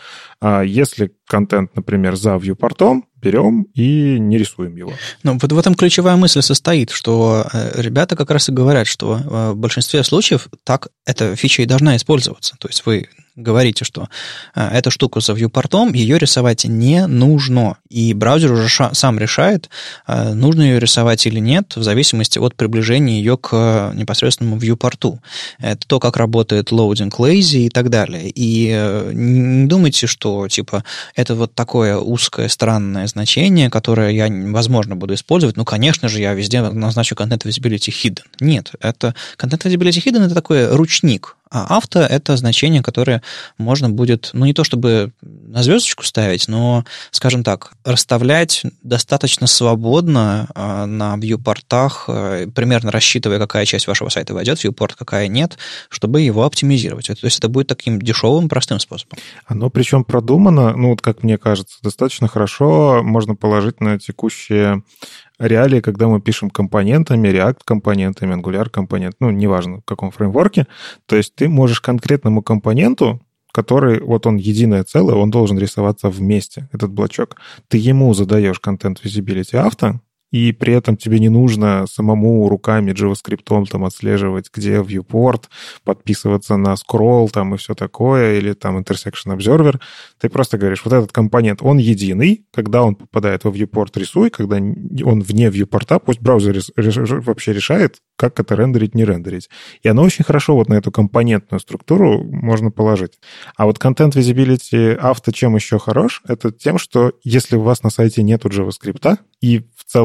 Если контент, например, за вьюпортом, берем и не рисуем его. Ну, вот в этом ключевая мысль состоит, что ребята как раз и говорят, что в большинстве случаев так эта фича и должна использоваться. То есть вы говорите, что эту штуку за вьюпортом, ее рисовать не нужно. И браузер уже сам решает, нужно ее рисовать или нет, в зависимости от приближения ее к непосредственному вьюпорту. Это то, как работает loading lazy и так далее. И не думайте, что типа это вот такое узкое, странное значение, которое я, возможно, буду использовать. Ну, конечно же, я везде назначу Content Visibility Hidden. Нет, это Content Visibility Hidden — это такой ручник. А авто — это значение, которое можно будет, ну, не то чтобы на звездочку ставить, но, скажем так, расставлять достаточно свободно на вьюпортах, примерно рассчитывая, какая часть вашего сайта войдет в вьюпорт, какая нет, чтобы его оптимизировать. То есть это будет таким дешевым, простым способом. Оно причем продумано, ну, вот как мне кажется, достаточно хорошо можно положить на текущие реалии, когда мы пишем компонентами, React-компонентами, Angular-компонент, ну, неважно, в каком фреймворке. То есть ты можешь конкретному компоненту, который, вот он единое целое, он должен рисоваться вместе, этот блочок. Ты ему задаешь Content Visibility Auto, и при этом тебе не нужно самому руками JavaScript там отслеживать, где viewport, подписываться на scroll там и все такое, или там intersection observer. Ты просто говоришь, вот этот компонент, он единый, когда он попадает во viewport, рисуй, когда он вне viewport, пусть браузер вообще решает, как это рендерить, не рендерить. И оно очень хорошо вот на эту компонентную структуру можно положить. А вот Content Visibility Auto чем еще хорош? Это тем, что если у вас на сайте нету JavaScript, и в целом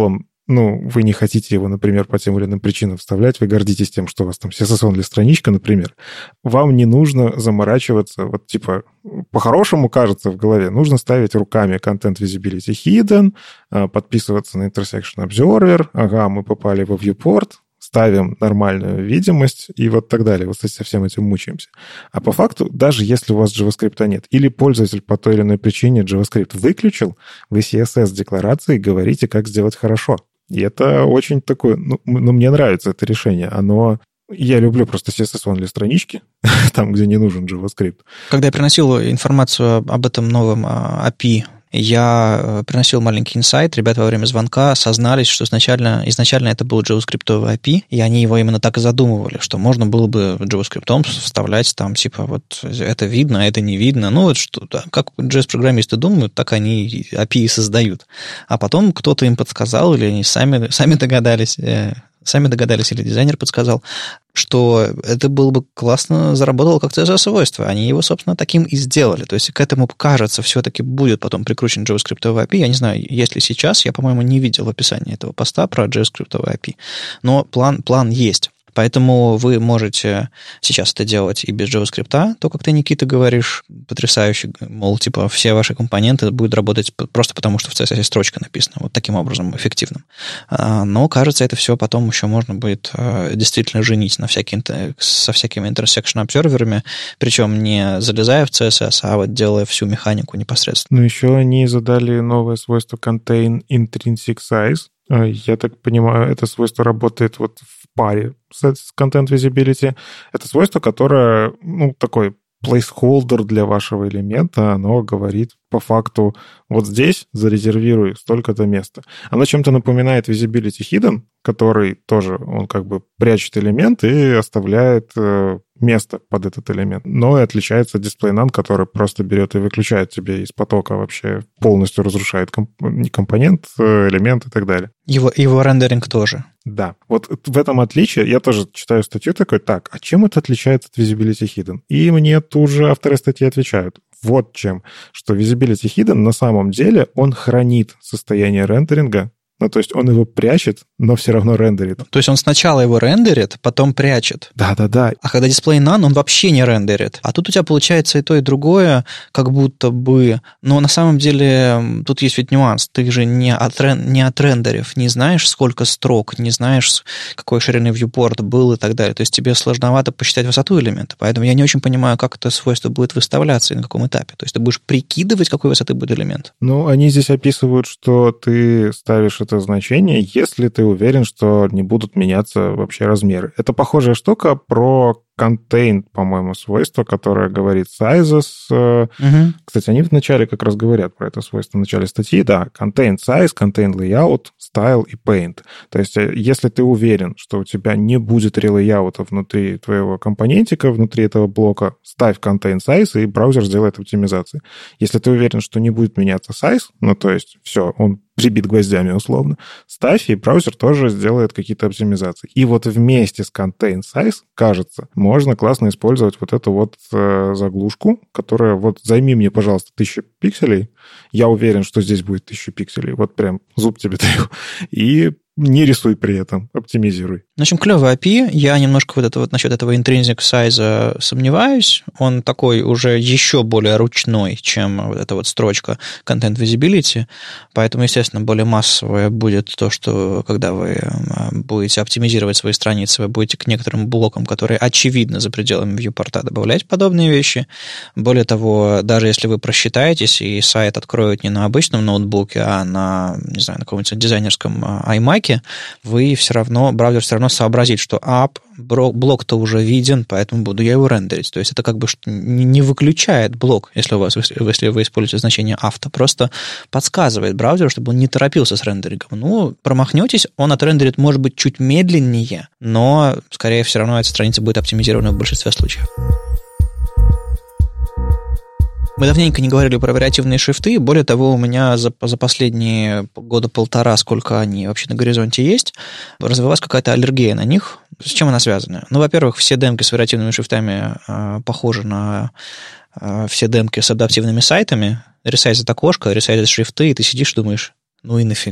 ну, вы не хотите его, например, по тем или иным причинам вставлять, вы гордитесь тем, что у вас там си эс эс-only страничка, например, вам не нужно заморачиваться, вот типа по-хорошему кажется в голове, нужно ставить руками Content Visibility Hidden, подписываться на Intersection Observer, ага, мы попали во viewport, ставим нормальную видимость и вот так далее. Вот со всем этим мучаемся. А по факту, даже если у вас JavaScript нет, или пользователь по той или иной причине JavaScript выключил, вы си эс эс-декларацией говорите, как сделать хорошо. И это очень такое... Ну, ну, мне нравится это решение. Оно... Я люблю просто си эс эс-only странички, там, где не нужен JavaScript. Когда я приносил информацию об этом новом эй пи ай, я приносил маленький инсайт. Ребята во время звонка сознались, что изначально, изначально это был JavaScript эй пи ай, и они его именно так и задумывали, что можно было бы JavaScript вставлять там, типа, вот это видно, это не видно. Ну, вот что, да, как джей эс-программисты думают, так они эй пи ай создают. А потом кто-то им подсказал, или они сами, сами догадались, э, сами догадались, или дизайнер подсказал, что это было бы классно, заработало как си эс эс-свойство. Они его, собственно, таким и сделали. То есть к этому, кажется, все-таки будет потом прикручен JavaScript эй пи ай. Я не знаю, есть ли сейчас, я, по-моему, не видел описания этого поста про JavaScript эй пи ай, но план, план есть. Поэтому вы можете сейчас это делать и без JavaScript, то, как ты, Никита, говоришь, потрясающе, мол, типа, все ваши компоненты будут работать просто потому, что в си эс эс строчка написана, вот таким образом, эффективным. Но, кажется, это все потом еще можно будет действительно женить на всякие, со всякими intersection-обсерверами, причем не залезая в си эс эс, а вот делая всю механику непосредственно. Ну, еще они задали новое свойство Contain Intrinsic Size. Я так понимаю, это свойство работает вот в паре с Content Visibility. Это свойство, которое, ну, такой placeholder для вашего элемента, оно говорит по факту, вот здесь зарезервируй столько-то места. Оно чем-то напоминает Visibility Hidden, который тоже, он как бы прячет элемент и оставляет э, место под этот элемент. Но и отличается от DisplayNone, который просто берет и выключает тебе из потока вообще, полностью разрушает комп- компонент, элемент и так далее. Его, его рендеринг тоже. Да. Вот в этом отличие, я тоже читаю статью такой, так, а чем это отличается от Visibility Hidden? И мне тут же авторы статьи отвечают. Вот чем. Что Visibility Hidden на самом деле, он хранит состояние рендеринга. Ну, то есть он его прячет, но все равно рендерит. То есть он сначала его рендерит, потом прячет. Да-да-да. А когда DisplayNone, он вообще не рендерит. А тут у тебя получается и то, и другое, как будто бы... Но на самом деле тут есть ведь нюанс. Ты же не, отрен... не отрендерив, не знаешь, сколько строк, не знаешь, какой ширины viewport был и так далее. То есть тебе сложновато посчитать высоту элемента. Поэтому я не очень понимаю, как это свойство будет выставляться и на каком этапе. То есть ты будешь прикидывать, какой высоты будет элемент. Ну, они здесь описывают, что ты ставишь это значение, если ты уверен, что не будут меняться вообще размеры. Это похожая штука про contain, по-моему, свойство, которое говорит sizes. Uh-huh. Кстати, они вначале как раз говорят про это свойство в начале статьи. Да, contain size, contain layout, style и paint. То есть, если ты уверен, что у тебя не будет релейаута внутри твоего компонентика, внутри этого блока, ставь contain size, и браузер сделает оптимизацию. Если ты уверен, что не будет меняться size, ну, то есть, все, он прибит гвоздями условно, ставь, и браузер тоже сделает какие-то оптимизации. И вот вместе с contain size, кажется, можно классно использовать вот эту вот э, заглушку, которая вот займи мне, пожалуйста, тысячу пикселей. Я уверен, что здесь будет тысяча пикселей. Вот прям зуб тебе даю. И не рисуй при этом, оптимизируй. В общем, клевый эй пи ай. Я немножко вот это вот насчет этого intrinsic size сомневаюсь. Он такой уже еще более ручной, чем вот эта вот строчка Content Visibility. Поэтому, естественно, более массовое будет то, что когда вы будете оптимизировать свои страницы, вы будете к некоторым блокам, которые очевидно за пределами viewport, добавлять подобные вещи. Более того, даже если вы просчитаетесь и сайт откроют не на обычном ноутбуке, а на, не знаю, на каком-нибудь дизайнерском iMac, вы все равно, браузер все равно сообразит, что ап, блок-то уже виден, поэтому буду я его рендерить. То есть это как бы не выключает блок, если у вас, если вы используете значение авто, просто подсказывает браузеру, чтобы он не торопился с рендерингом. Ну, промахнетесь, он отрендерит, может быть, чуть медленнее, но, скорее, все равно эта страница будет оптимизирована в большинстве случаев. Мы давненько не говорили про вариативные шрифты. Более того, у меня за, за последние года полтора, сколько они вообще на горизонте есть, развилась какая-то аллергия на них. С чем она связана? Ну, во-первых, все демки с вариативными шрифтами э, похожи на э, все демки с адаптивными сайтами. Ресайзит окошко, ресайзит шрифты, и ты сидишь и думаешь, ну и нафига?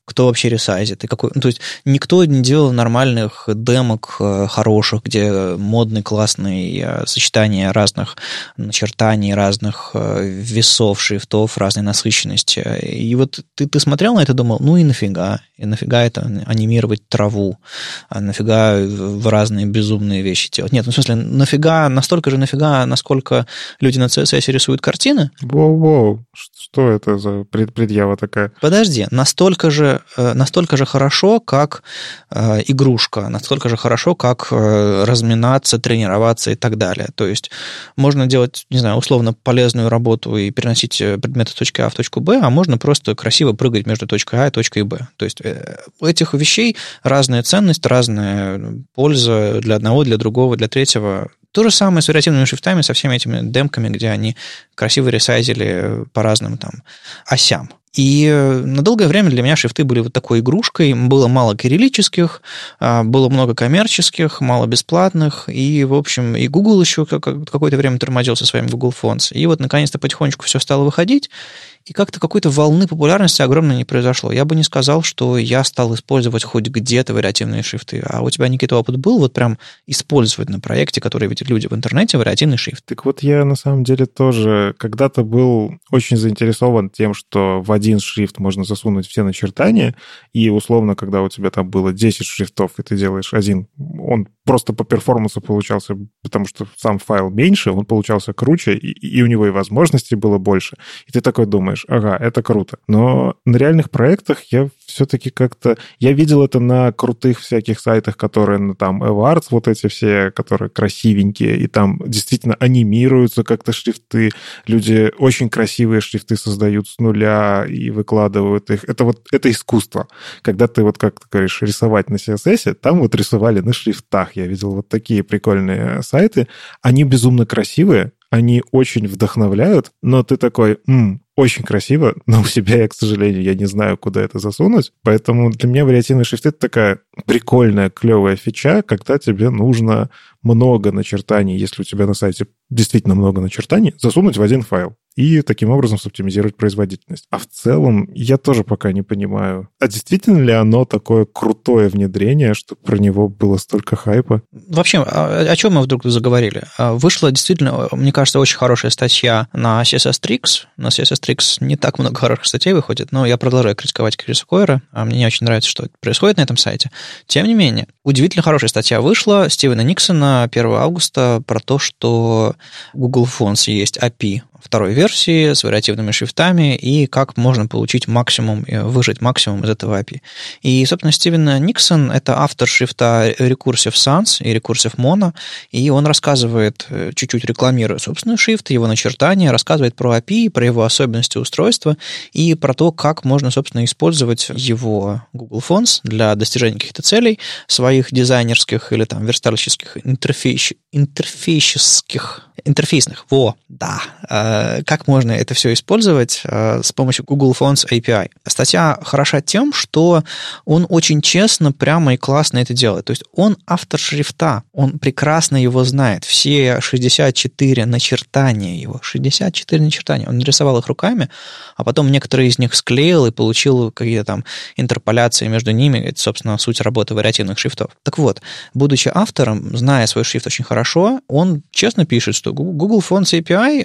кто вообще ресайзит, и какой... Ну, то есть никто не делал нормальных демок хороших, где модные, классные сочетания разных начертаний, разных весов, шрифтов, разной насыщенности. И вот ты, ты смотрел на это и думал, ну и нафига? И нафига это анимировать траву? А нафига в разные безумные вещи делать? Нет, ну в смысле, нафига, настолько же нафига, насколько люди на си эс эс рисуют картины? Воу-воу, что это за предъява такая? Подожди, настолько же, настолько же хорошо, как э, игрушка, настолько же хорошо, как э, разминаться, тренироваться и так далее. То есть можно делать, не знаю, условно полезную работу и переносить предметы с точки А в точку Б, а можно просто красиво прыгать между точкой А и точкой Б. То есть э, у этих вещей разная ценность, разная польза для одного, для другого, для третьего. То же самое с вариативными шрифтами, со всеми этими демками, где они красиво ресайзили по разным там осям. И на долгое время для меня шрифты были вот такой игрушкой. Было мало кириллических, было много коммерческих, мало бесплатных. И, в общем, и Google еще какое-то время тормозил со своим Google Fonts. И вот, наконец-то, потихонечку все стало выходить. И как-то какой-то волны популярности огромной не произошло. Я бы не сказал, что я стал использовать хоть где-то вариативные шрифты. А у тебя, Никита, опыт был вот прям использовать на проекте, который видят люди в интернете, вариативный шрифт? Так вот я на самом деле тоже когда-то был очень заинтересован тем, что в один шрифт можно засунуть все начертания, и условно, когда у тебя там было десять шрифтов, и ты делаешь один, он просто по перформансу получался, потому что сам файл меньше, он получался круче, и, и у него и возможностей было больше. И ты такой думаешь, ага, это круто. Но на реальных проектах я все-таки как-то... Я видел это на крутых всяких сайтах, которые, ну, там, EvArts, вот эти все, которые красивенькие, и там действительно анимируются как-то шрифты. Люди очень красивые шрифты создают с нуля и выкладывают их. Это вот, это искусство. Когда ты, вот как ты говоришь, рисовать на си эс эс, там вот рисовали на шрифтах. Я видел вот такие прикольные сайты. Они безумно красивые, они очень вдохновляют, но ты такой, м, очень красиво, но у себя я, к сожалению, я не знаю, куда это засунуть. Поэтому для меня вариативный шрифт — это такая прикольная, клевая фича, когда тебе нужно много начертаний, если у тебя на сайте действительно много начертаний, засунуть в один файл и таким образом соптимизировать производительность. А в целом я тоже пока не понимаю, а действительно ли оно такое крутое внедрение, что про него было столько хайпа? Вообще, о чем мы вдруг заговорили? Вышла действительно, мне кажется, очень хорошая статья на си эс эс Tricks. На си эс эс Tricks не так много хороших статей выходит, но я продолжаю критиковать Криса Койера, а мне не очень нравится, что происходит на этом сайте. Тем не менее, удивительно хорошая статья вышла Стивена Никсона первого августа про то, что Google Fonts есть эй пи ай второй версии с вариативными шрифтами и как можно получить максимум, выжать максимум из этого эй пи ай. И, собственно, Стивен Никсон — это автор шрифта Recursive Sans и Recursive Mono, и он рассказывает, чуть-чуть рекламируя собственный шрифт, его начертания, рассказывает про эй пи ай, про его особенности устройства и про то, как можно, собственно, использовать его Google Fonts для достижения каких-то целей своих дизайнерских или там верстальщических, интерфейс, интерфейсических, интерфейсных. Во, да. Как можно это все использовать с помощью Google Fonts эй пи ай. Статья хороша тем, что он очень честно, прямо и классно это делает. То есть он автор шрифта, он прекрасно его знает. Все шестьдесят четыре начертания его, шестьдесят четыре начертания, он нарисовал их руками, а потом некоторые из них склеил и получил какие-то там интерполяции между ними. Это, собственно, суть работы вариативных шрифтов. Так вот, будучи автором, зная свой шрифт очень хорошо, он честно пишет, что Google Fonts эй пи ай,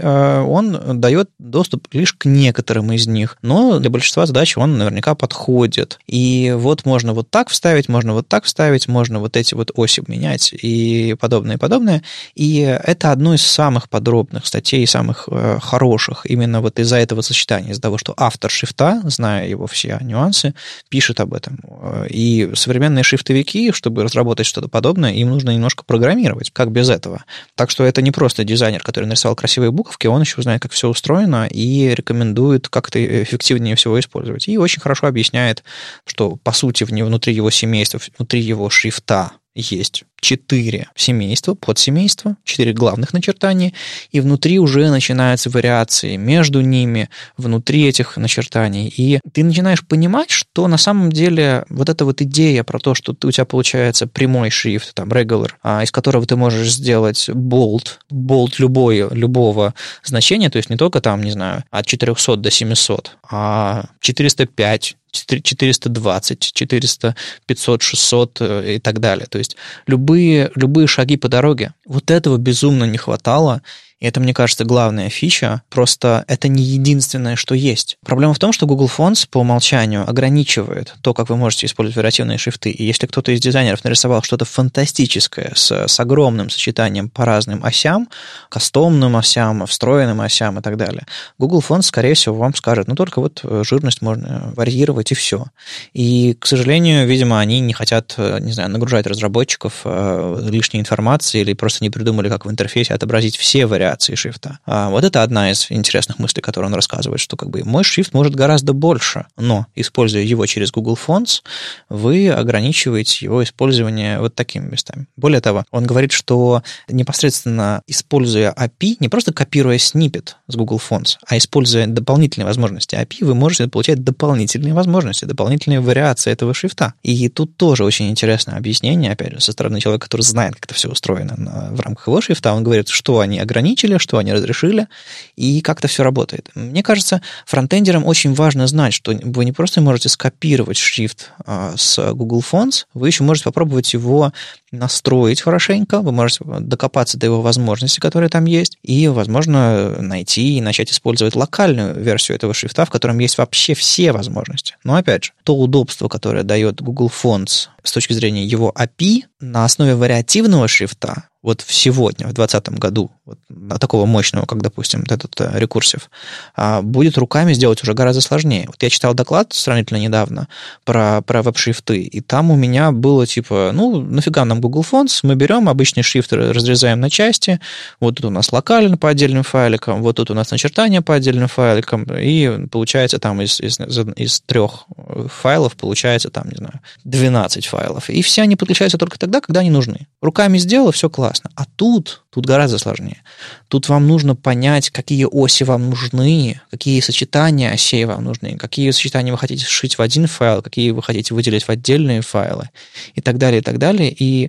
он дает доступ лишь к некоторым из них, но для большинства задач он наверняка подходит. И вот можно вот так вставить, можно вот так вставить, можно вот эти вот оси менять и подобное, и подобное. И это одно из самых подробных статей, самых э, хороших именно вот из-за этого сочетания, из-за того, что автор шрифта, зная его все нюансы, пишет об этом. И современные шрифтовики, чтобы разработать что-то подобное, им нужно немножко программировать. Как без этого? Так что это не просто дизайнер, который нарисовал красивые буковки, он еще знает, как все устроено, и рекомендует как-то эффективнее всего использовать. И очень хорошо объясняет, что, по сути, внутри его семейства, внутри его шрифта есть четыре семейства, подсемейства, четыре главных начертания, и внутри уже начинаются вариации между ними, внутри этих начертаний. И ты начинаешь понимать, что на самом деле вот эта вот идея про то, что у тебя получается прямой шрифт, там, regular, из которого ты можешь сделать bold, bold любой, любого значения, то есть не только там, не знаю, от четырехсот до семисот, а четыреста пять, четыреста двадцать, четыреста, пятьсот, шестьсот и так далее. То есть любые, любые шаги по дороге. Вот этого безумно не хватало. И это, мне кажется, главная фича. Просто это не единственное, что есть. Проблема в том, что Google Fonts по умолчанию ограничивает то, как вы можете использовать вариативные шрифты. И если кто-то из дизайнеров нарисовал что-то фантастическое с, с огромным сочетанием по разным осям, кастомным осям, встроенным осям и так далее, Google Fonts, скорее всего, вам скажет, ну, только вот жирность можно варьировать, и все. И, к сожалению, видимо, они не хотят, не знаю, нагружать разработчиков лишней информацией или просто не придумали, как в интерфейсе отобразить все вариации шрифта. А вот это одна из интересных мыслей, которую он рассказывает, что как бы мой шрифт может гораздо больше, но, используя его через Google Fonts, вы ограничиваете его использование вот такими местами. Более того, он говорит, что непосредственно используя эй пи ай, не просто копируя сниппет с Google Fonts, а используя дополнительные возможности эй пи ай, вы можете получать дополнительные возможности, дополнительные вариации этого шрифта. И тут тоже очень интересное объяснение, опять же, со стороны человека, который знает, как это все устроено в рамках его шрифта. Он говорит, что они ограничили, что они разрешили, и как это все работает. Мне кажется, фронтендерам очень важно знать, что вы не просто можете скопировать шрифт а, с Google Fonts, вы еще можете попробовать его настроить хорошенько, вы можете докопаться до его возможностей, которые там есть, и, возможно, найти и начать использовать локальную версию этого шрифта, в котором есть вообще все возможности. Но, опять же, то удобство, которое дает Google Fonts с точки зрения его эй пи ай на основе вариативного шрифта, вот сегодня, в двадцатом году, вот, такого мощного, как, допустим, вот этот рекурсив, будет руками сделать уже гораздо сложнее. Вот я читал доклад сравнительно недавно про, про веб-шрифты, и там у меня было типа, ну, нафига нам Google Fonts, мы берем обычный шрифт, разрезаем на части, вот тут у нас локально по отдельным файликам, вот тут у нас начертания по отдельным файликам, и получается там из, из, из трех файлов получается там, не знаю, двенадцать файлов. И все они подключаются только тогда, когда они нужны. Руками сделал, все классно. А тут, тут гораздо сложнее. Тут вам нужно понять, какие оси вам нужны, какие сочетания осей вам нужны, какие сочетания вы хотите сшить в один файл, какие вы хотите выделить в отдельные файлы и так далее, и так далее. И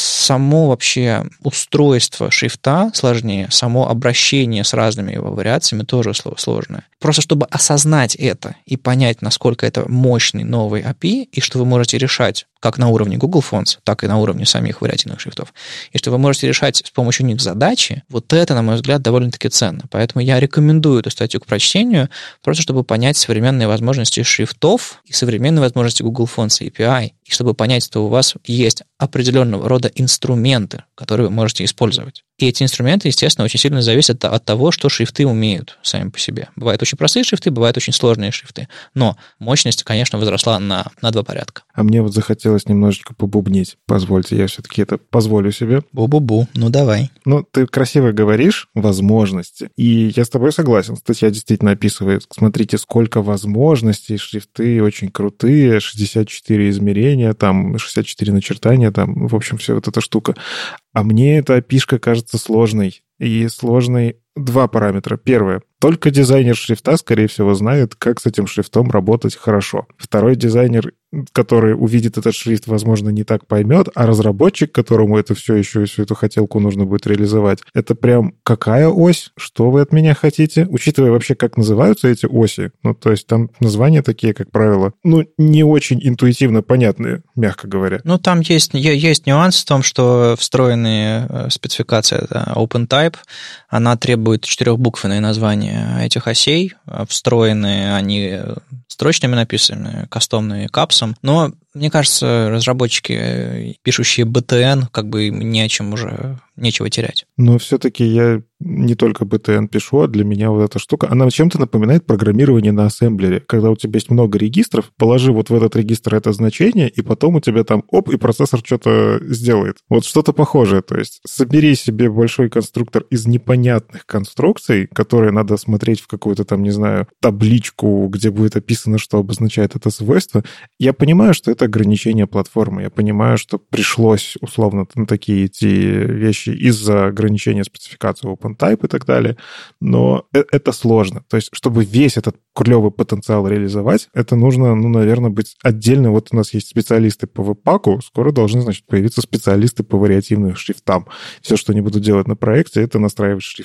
само вообще устройство шрифта сложнее, само обращение с разными его вариациями тоже сложное. Просто чтобы осознать это и понять, насколько это мощный новый эй пи ай, и что вы можете решать как на уровне Google Fonts, так и на уровне самих вариативных шрифтов, и что вы можете решать с помощью них задачи, вот это, на мой взгляд, довольно-таки ценно. Поэтому я рекомендую эту статью к прочтению, просто чтобы понять современные возможности шрифтов и современные возможности Google Fonts и эй пи ай, и чтобы понять, что у вас есть определенного рода инструменты, которые вы можете использовать. И эти инструменты, естественно, очень сильно зависят от того, что шрифты умеют сами по себе. Бывают очень простые шрифты, бывают очень сложные шрифты. Но мощность, конечно, возросла на, на два порядка. А мне вот захотелось немножечко побубнить. Позвольте, я все-таки это позволю себе. Бу-бу-бу, ну давай. Ну, ты красиво говоришь, возможности. И я с тобой согласен. Статья действительно описывает, смотрите, сколько возможностей, шрифты очень крутые, шестьдесят четыре измерения, там шестьдесят четыре начертания, там, в общем, все вот эта штука. А мне эта опишка кажется сложной. И сложной два параметра. Первое. Только дизайнер шрифта, скорее всего, знает, как с этим шрифтом работать хорошо. Второй дизайнер, который увидит этот шрифт, возможно, не так поймет, а разработчик, которому это все еще, всю эту хотелку нужно будет реализовать, это прям какая ось? Что вы от меня хотите? Учитывая вообще, как называются эти оси, ну, то есть там названия такие, как правило, ну, не очень интуитивно понятные, мягко говоря. Ну, там есть, есть нюанс в том, что встроенные спецификации, это OpenType, она требует четырехбуквенное название этих осей, встроенные они строчными написаны, кастомные капсом, но мне кажется, разработчики, пишущие би ти эн, как бы не о чем уже, нечего терять. Но все-таки я не только би ти эн пишу, а для меня вот эта штука, она чем-то напоминает программирование на ассемблере. Когда у тебя есть много регистров, положи вот в этот регистр это значение, и потом у тебя там, оп, и процессор что-то сделает. Вот что-то похожее. То есть собери себе большой конструктор из непонятных конструкций, которые надо смотреть в какую-то там, не знаю, табличку, где будет описано, что обозначает это свойство. Я понимаю, что это ограничение платформы. Я понимаю, что пришлось условно на такие идти вещи из-за ограничения спецификации OpenType и так далее, но это сложно. То есть, чтобы весь этот клевый потенциал реализовать, это нужно, ну, наверное, быть отдельно. Вот у нас есть специалисты по веб-паку, скоро должны, значит, появиться специалисты по вариативным шрифтам. Все, что они будут делать на проекте, это настраивать шрифты.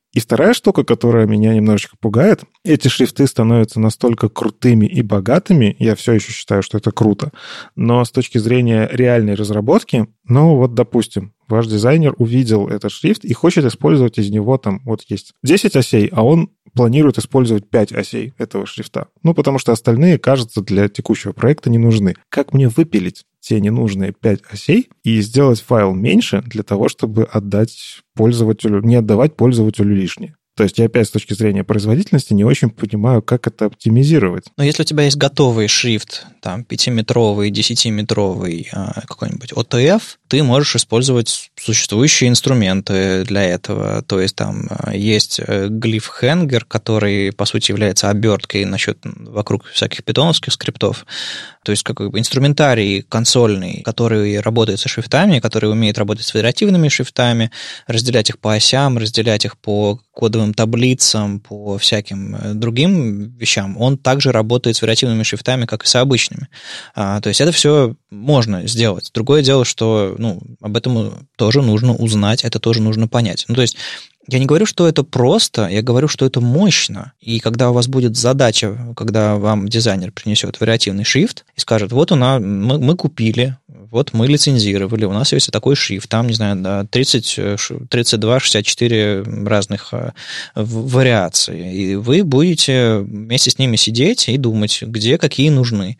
И вторая штука, которая меня немножечко пугает, эти шрифты становятся настолько крутыми и богатыми, я все еще считаю, что это круто, но с точки зрения реальной разработки, ну вот, допустим, ваш дизайнер увидел этот шрифт и хочет использовать из него, там, вот есть десять осей, а он планирует использовать пять осей этого шрифта. Ну, потому что остальные, кажется, для текущего проекта не нужны. Как мне выпилить те ненужные пять осей и сделать файл меньше для того, чтобы отдать пользователю, не отдавать пользователю лишнее? То есть я опять с точки зрения производительности не очень понимаю, как это оптимизировать. Но если у тебя есть готовый шрифт, там, пятиметровый, десятиметровый, какой-нибудь о ти эф, ты можешь использовать существующие инструменты для этого. То есть там есть глиф-хенгер, который, по сути, является оберткой насчет вокруг всяких питоновских скриптов. То есть как бы инструментарий консольный, который работает со шрифтами, который умеет работать с федеративными шрифтами, разделять их по осям, разделять их по кодовым таблицам, по всяким другим вещам, он также работает с вариативными шрифтами, как и с обычными. А, то есть это все можно сделать. Другое дело, что ну, об этом тоже нужно узнать, это тоже нужно понять. Ну, то есть я не говорю, что это просто, я говорю, что это мощно. И когда у вас будет задача, когда вам дизайнер принесет вариативный шрифт и скажет, вот у нас, мы, мы купили, вот мы лицензировали, у нас есть такой шрифт, там, не знаю, тридцать, тридцать два, шестьдесят четыре разных вариаций. И вы будете вместе с ними сидеть и думать, где какие нужны.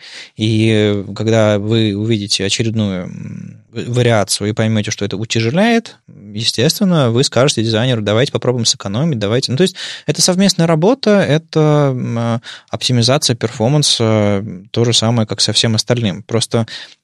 И когда вы увидите очередную вариацию и поймете, что это утяжеляет, естественно, вы скажете дизайнеру, давайте попробуем сэкономить, давайте. Ну, то есть это совместная работа, это оптимизация перформанса, то же самое, как со всем остальным. Просто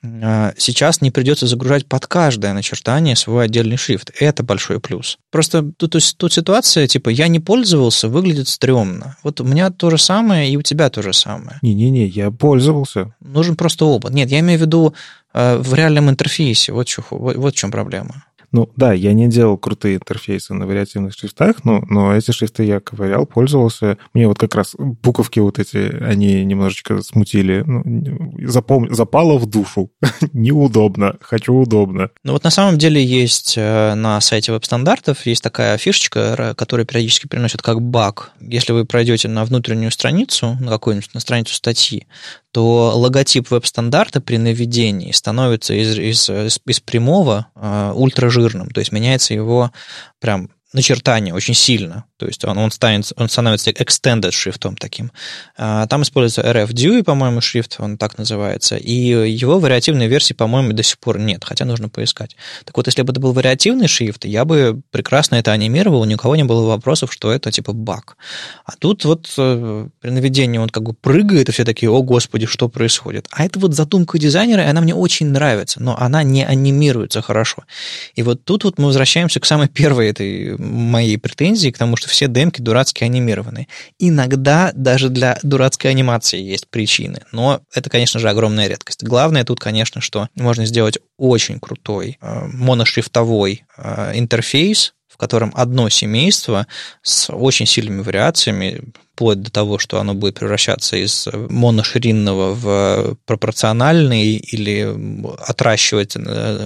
сейчас не придется загружать под каждое начертание свой отдельный шрифт. Это большой плюс. Просто тут, тут ситуация, типа, я не пользовался, выглядит стрёмно. Вот у меня то же самое, и у тебя то же самое. Не-не-не, я пользовался. Нужен просто опыт. Нет, я имею в виду в реальном интерфейсе. Вот, что, вот, вот в чем проблема. Ну да, я не делал крутые интерфейсы на вариативных шрифтах, но, но эти шрифты я ковырял, пользовался. Мне вот как раз буковки вот эти, они немножечко смутили. Ну, запом... Запало в душу. Неудобно. Хочу удобно. Ну вот на самом деле есть на сайте веб-стандартов есть такая фишечка, которую периодически приносят как баг. Если вы пройдете на внутреннюю страницу, на какую-нибудь на страницу статьи, то логотип веб-стандарта при наведении становится из, из, из, из прямого э, ультражирным, то есть меняется его прям начертание очень сильно, то есть он, он, станет, он становится extended шрифтом таким. Там используется эр эф Dewey, по-моему, шрифт, он так называется, и его вариативной версии, по-моему, до сих пор нет, хотя нужно поискать. Так вот, если бы это был вариативный шрифт, я бы прекрасно это анимировал, ни у кого не было вопросов, что это типа баг. А тут вот при наведении он как бы прыгает, и все такие, о господи, что происходит? А это вот задумка дизайнера, и она мне очень нравится, но она не анимируется хорошо. И вот тут вот мы возвращаемся к самой первой этой моей претензии к тому, что все демки дурацки анимированы. Иногда даже для дурацкой анимации есть причины, но это, конечно же, огромная редкость. Главное тут, конечно, что можно сделать очень крутой э, моношрифтовой э, интерфейс, в котором одно семейство с очень сильными вариациями, вплоть до того, что оно будет превращаться из моноширинного в пропорциональный или отращивать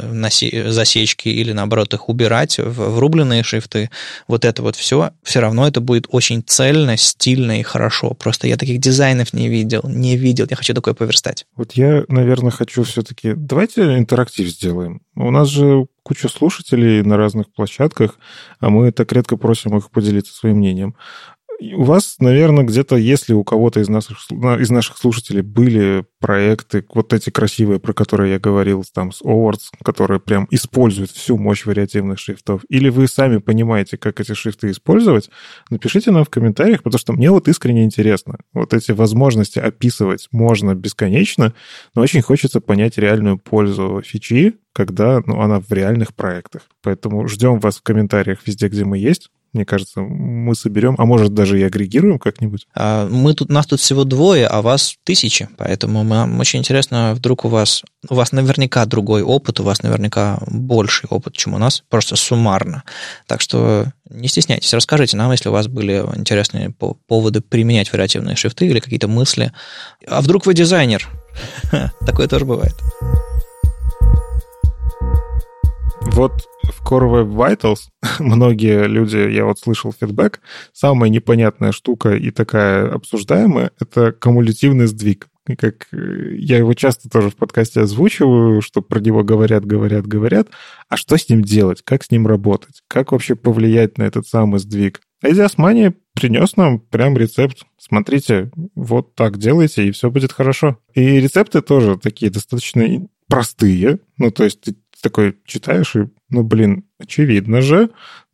засечки или, наоборот, их убирать в врубленные шрифты. Вот это вот все, все равно это будет очень цельно, стильно и хорошо. Просто я таких дизайнов не видел, не видел. Я хочу такое поверстать. Вот я, наверное, хочу все-таки... Давайте интерактив сделаем. У нас же куча слушателей на разных площадках, а мы так редко просим их поделиться своим мнением. У вас, наверное, где-то, если у кого-то из наших, из наших слушателей были проекты, вот эти красивые, про которые я говорил, там, с Awards, которые прям используют всю мощь вариативных шрифтов, или вы сами понимаете, как эти шрифты использовать, напишите нам в комментариях, потому что мне вот искренне интересно. Вот эти возможности описывать можно бесконечно, но очень хочется понять реальную пользу фичи, когда ну, она в реальных проектах. Поэтому ждем вас в комментариях везде, где мы есть. Мне кажется, мы соберем, а может, даже и агрегируем как-нибудь. Мы тут, нас тут всего двое, а вас тысячи, поэтому нам очень интересно, вдруг у вас, у вас наверняка другой опыт, у вас наверняка больший опыт, чем у нас, просто суммарно. Так что не стесняйтесь, расскажите нам, если у вас были интересные поводы применять вариативные шрифты или какие-то мысли. А вдруг вы дизайнер? Такое тоже бывает. Вот в Core Web Vitals многие люди, я вот слышал фидбэк, самая непонятная штука и такая обсуждаемая — это кумулятивный сдвиг. И как я его часто тоже в подкасте озвучиваю, что про него говорят, говорят, говорят. А что с ним делать? Как с ним работать? Как вообще повлиять на этот самый сдвиг? Эдди Османи принес нам прям рецепт. Смотрите, вот так делайте, и все будет хорошо. И рецепты тоже такие достаточно простые. Ну, то есть ты такой читаешь и, ну, блин, очевидно же,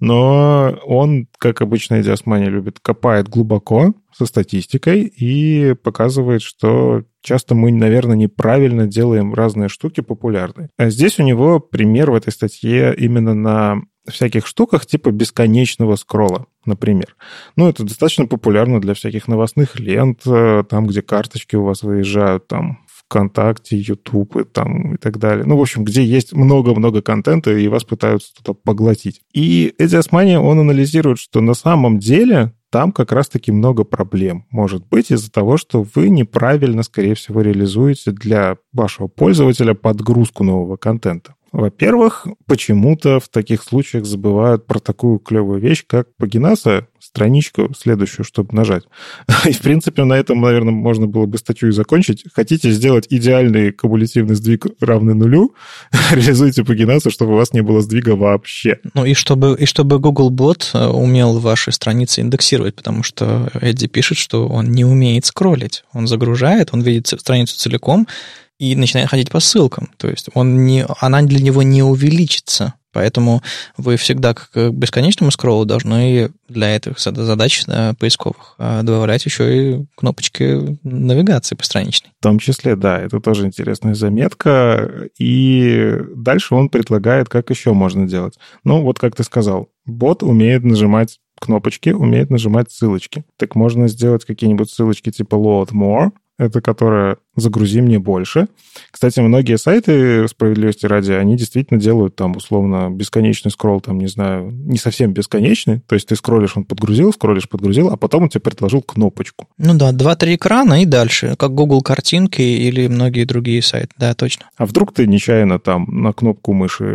но он, как обычно Эдди Османи любит, копает глубоко со статистикой и показывает, что часто мы, наверное, неправильно делаем разные штуки популярные. А здесь у него пример в этой статье именно на всяких штуках типа бесконечного скролла, например. Ну, это достаточно популярно для всяких новостных лент, там, где карточки у вас выезжают, там, ВКонтакте, Ютуб и, там, и так далее. Ну, в общем, где есть много-много контента, и вас пытаются туда поглотить. И Эдди Османи, он анализирует, что на самом деле там как раз-таки много проблем может быть из-за того, что вы неправильно, скорее всего, реализуете для вашего пользователя подгрузку нового контента. Во-первых, почему-то в таких случаях забывают про такую клевую вещь, как пагинация, страничку следующую, чтобы нажать. И, в принципе, на этом, наверное, можно было бы статью и закончить. Хотите сделать идеальный кумулятивный сдвиг равный нулю, реализуйте пагинацию, чтобы у вас не было сдвига вообще. Ну и чтобы, и чтобы Googlebot умел ваши страницы индексировать, потому что Эдди пишет, что он не умеет скроллить. Он загружает, он видит страницу целиком, и начинает ходить по ссылкам. То есть он не, она для него не увеличится. Поэтому вы всегда к бесконечному скроллу должны для этих задач поисковых добавлять еще и кнопочки навигации постраничной. В том числе, да, это тоже интересная заметка. И дальше он предлагает, как еще можно делать. Ну, вот как ты сказал, бот умеет нажимать кнопочки, умеет нажимать ссылочки. Так можно сделать какие-нибудь ссылочки типа load more, это которая «загрузи мне больше». Кстати, многие сайты, справедливости ради, они действительно делают там условно бесконечный скролл, там, не знаю, не совсем бесконечный. То есть ты скроллишь, он подгрузил, скроллишь, подгрузил, а потом он тебе предложил кнопочку. Ну да, два-три экрана и дальше, как Google картинки или многие другие сайты, да, точно. А вдруг ты нечаянно там на кнопку мыши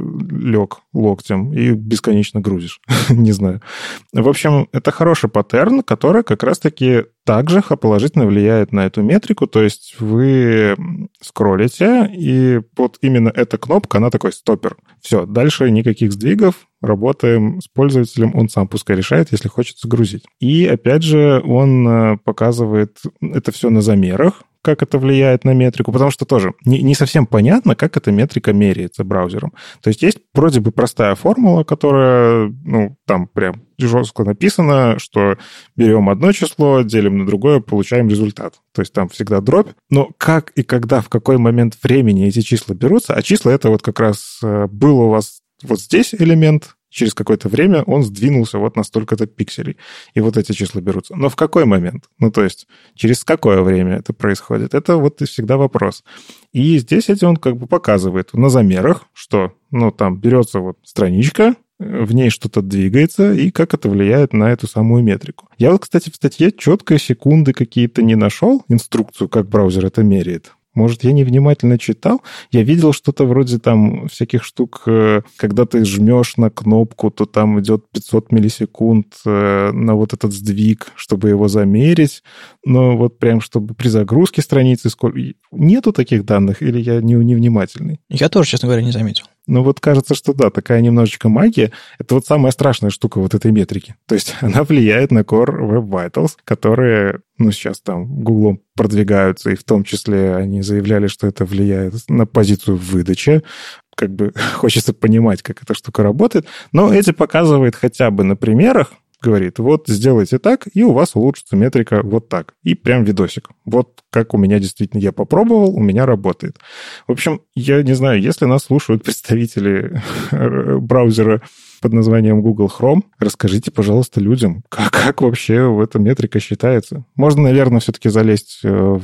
лег локтем и бесконечно грузишь? Не знаю. В общем, это хороший паттерн, который как раз-таки также положительно влияет на эту метрику, то есть вы скроллите, и вот именно эта кнопка, она такой стоппер. Все, дальше никаких сдвигов, работаем с пользователем, он сам пускай решает, если хочет загрузить. И опять же, он показывает это все на замерах, как это влияет на метрику, потому что тоже не, не совсем понятно, как эта метрика меряется браузером. То есть есть вроде бы простая формула, которая, ну, там прям жестко написано, что берем одно число, делим на другое, получаем результат. То есть там всегда дробь. Но как и когда, в какой момент времени эти числа берутся, а числа это вот как раз был у вас вот здесь элемент, через какое-то время он сдвинулся вот на столько-то пикселей. И вот эти числа берутся. Но в какой момент? Ну, то есть, через какое время это происходит? Это вот всегда вопрос. И здесь эти он как бы показывает на замерах, что, ну, там берется вот страничка, в ней что-то двигается, и как это влияет на эту самую метрику. Я вот, кстати, в статье четко секунды какие-то не нашел, инструкцию, как браузер это меряет. Может, я невнимательно читал? Я видел что-то вроде там всяких штук, когда ты жмешь на кнопку, то там идет пятьсот миллисекунд на вот этот сдвиг, чтобы его замерить. Но вот прям, чтобы при загрузке страницы... Сколько... Нету таких данных или я не, невнимательный? Я тоже, честно говоря, не заметил. Ну вот кажется, что да, такая немножечко магия. Это вот самая страшная штука вот этой метрики. То есть она влияет на Core Web Vitals, которые, ну, сейчас там Гуглом продвигаются, и в том числе они заявляли, что это влияет на позицию выдачи. Как бы хочется понимать, как эта штука работает. Но эти показывает хотя бы на примерах, говорит, вот сделайте так, и у вас улучшится метрика вот так. И прям видосик. Вот как у меня действительно, я попробовал, у меня работает. В общем, я не знаю, если нас слушают представители браузера под названием Google Chrome, расскажите, пожалуйста, людям, как, как вообще эта метрика считается. Можно, наверное, все-таки залезть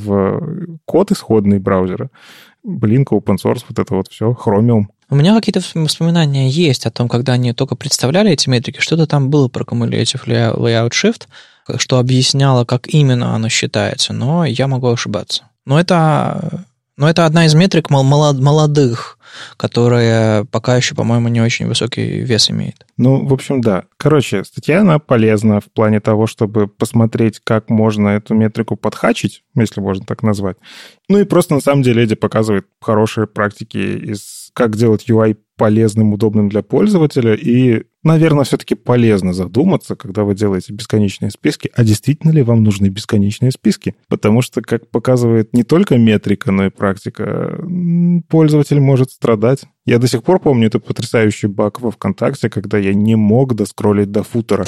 в код исходный браузера. Blink, open source, вот это вот все, Chromium. У меня какие-то воспоминания есть о том, когда они только представляли эти метрики, что-то там было про Cumulative Layout Shift, что объясняло, как именно оно считается, но я могу ошибаться. Но это Но это одна из метрик молодых, которая пока еще, по-моему, не очень высокий вес имеет. Ну, в общем, да. Короче, статья, она полезна в плане того, чтобы посмотреть, как можно эту метрику подхачить, если можно так назвать. Ну и просто, на самом деле, Эдди показывает хорошие практики из как делать ю ай полезным, удобным для пользователя. И, наверное, все-таки полезно задуматься, когда вы делаете бесконечные списки, а действительно ли вам нужны бесконечные списки? Потому что, как показывает не только метрика, но и практика, пользователь может страдать. Я до сих пор помню этот потрясающий баг во ВКонтакте, когда я не мог доскроллить до футера.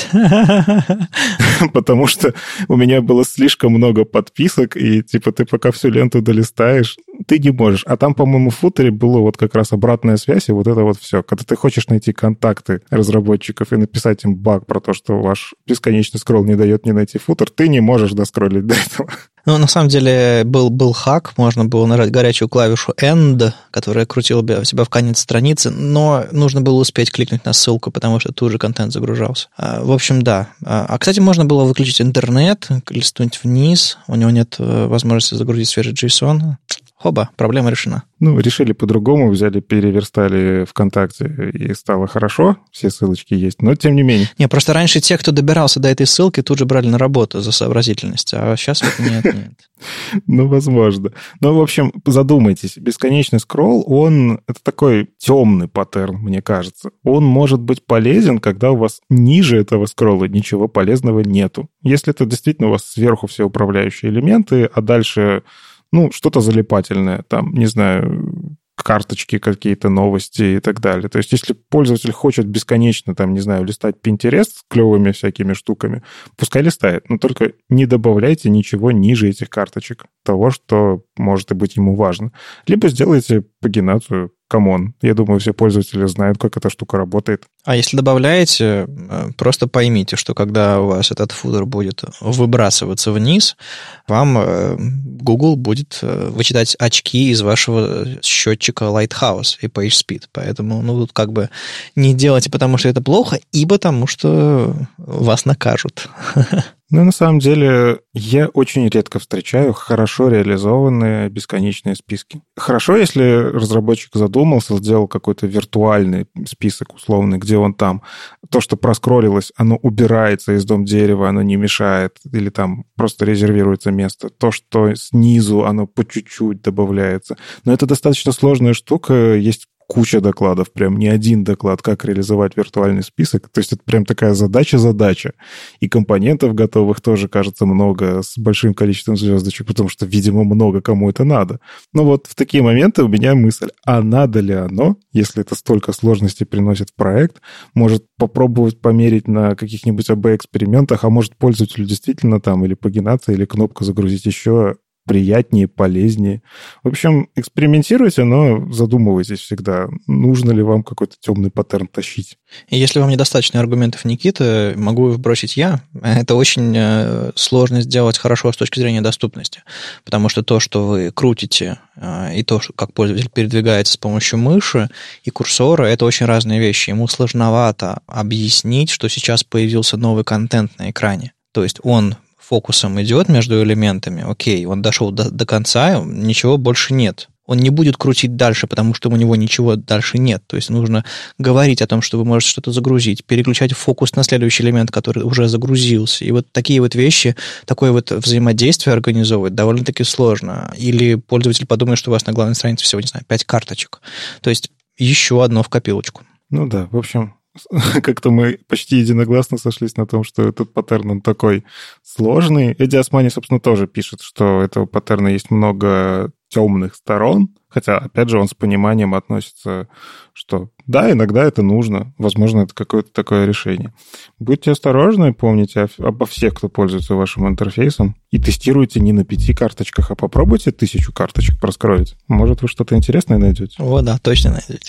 Потому что у меня было слишком много подписок, и типа ты пока всю ленту долистаешь, ты не можешь. А там, по-моему, в футере было вот как раз обратная связь, и вот это вот все. Когда ты хочешь найти контакты разработчиков и написать им баг про то, что ваш бесконечный скролл не дает не найти футер, ты не можешь доскроллить до этого. Ну, на самом деле, был, был хак, можно было нажать горячую клавишу End, которая крутила себя в конец страницы, но нужно было успеть кликнуть на ссылку, потому что тут же контент загружался. В общем, да. А, кстати, можно было выключить интернет, листнуть вниз, у него нет возможности загрузить свежий JSON. Хоба, проблема решена. Ну, решили по-другому, взяли, переверстали ВКонтакте, и стало хорошо, все ссылочки есть, но тем не менее. Не, просто раньше те, кто добирался до этой ссылки, тут же брали на работу за сообразительность, а сейчас вот нет, нет. Ну, возможно. Ну, в общем, задумайтесь, бесконечный скролл, он, это такой темный паттерн, мне кажется. Он может быть полезен, когда у вас ниже этого скролла ничего полезного нету. Если это действительно у вас сверху все управляющие элементы, а дальше... Ну, что-то залипательное, там, не знаю, карточки какие-то, новости и так далее. То есть, если пользователь хочет бесконечно, там, не знаю, листать Pinterest с клевыми всякими штуками, пускай листает, но только не добавляйте ничего ниже этих карточек, того, что может и быть ему важно. Либо сделайте пагинацию. Камон, я думаю, все пользователи знают, как эта штука работает. А если добавляете, просто поймите, что когда у вас этот футер будет выбрасываться вниз, вам Google будет вычитать очки из вашего счетчика Lighthouse и PageSpeed. Поэтому, ну, тут как бы не делайте, потому что это плохо, и потому что вас накажут. Ну, на самом деле, я очень редко встречаю хорошо реализованные бесконечные списки. Хорошо, если разработчик задумался, сделал какой-то виртуальный список условный, где он там, то, что проскроллилось, оно убирается из дом дерева, оно не мешает, или там просто резервируется место. То, что снизу, оно по чуть-чуть добавляется. Но это достаточно сложная штука, есть куча докладов, прям не один доклад, как реализовать виртуальный список. То есть это прям такая задача-задача. И компонентов готовых тоже, кажется, много, с большим количеством звездочек, потому что, видимо, много кому это надо. Но вот в такие моменты у меня мысль, а надо ли оно, если это столько сложностей приносит в проект, может попробовать померить на каких-нибудь эй би-экспериментах, а может пользователю действительно там или пагинация, или кнопку загрузить еще приятнее, полезнее. В общем, экспериментируйте, но задумывайтесь всегда, нужно ли вам какой-то темный паттерн тащить. И если вам недостаточно аргументов Никиты, могу вбросить я. Это очень сложно сделать хорошо с точки зрения доступности, потому что то, что вы крутите, и то, как пользователь передвигается с помощью мыши и курсора, это очень разные вещи. Ему сложновато объяснить, что сейчас появился новый контент на экране. То есть он фокусом идет между элементами, окей, он дошел до, до конца, ничего больше нет. Он не будет крутить дальше, потому что у него ничего дальше нет. То есть нужно говорить о том, что вы можете что-то загрузить, переключать фокус на следующий элемент, который уже загрузился. И вот такие вот вещи, такое вот взаимодействие организовывать довольно-таки сложно. Или пользователь подумает, что у вас на главной странице всего, не знаю, пять карточек. То есть еще одно в копилочку. Ну да, в общем... Как-то мы почти единогласно сошлись на том, что этот паттерн, он такой сложный. Эдди Османи, собственно, тоже пишет, что у этого паттерна есть много темных сторон, хотя, опять же, он с пониманием относится, что да, иногда это нужно, возможно, это какое-то такое решение. Будьте осторожны, помните обо всех, кто пользуется вашим интерфейсом, и тестируйте не на пяти карточках, а попробуйте тысячу карточек проскролить. Может, вы что-то интересное найдете. О, да, точно найдете.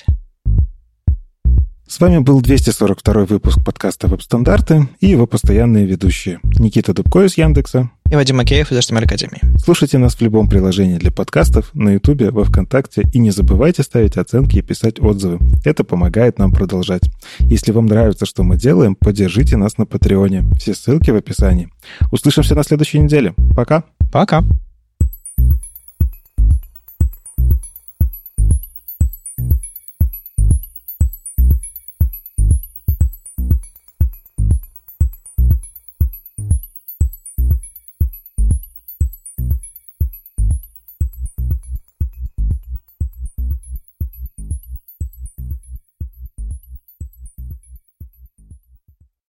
С вами был двести сорок второй выпуск подкаста «Веб-стандарты» и его постоянные ведущие Никита Дубко из Яндекса и Вадим Макеев из эйч ти эм эль-академии. Слушайте нас в любом приложении для подкастов, на Ютубе, во ВКонтакте, и не забывайте ставить оценки и писать отзывы. Это помогает нам продолжать. Если вам нравится, что мы делаем, поддержите нас на Патреоне. Все ссылки в описании. Услышимся на следующей неделе. Пока. Пока.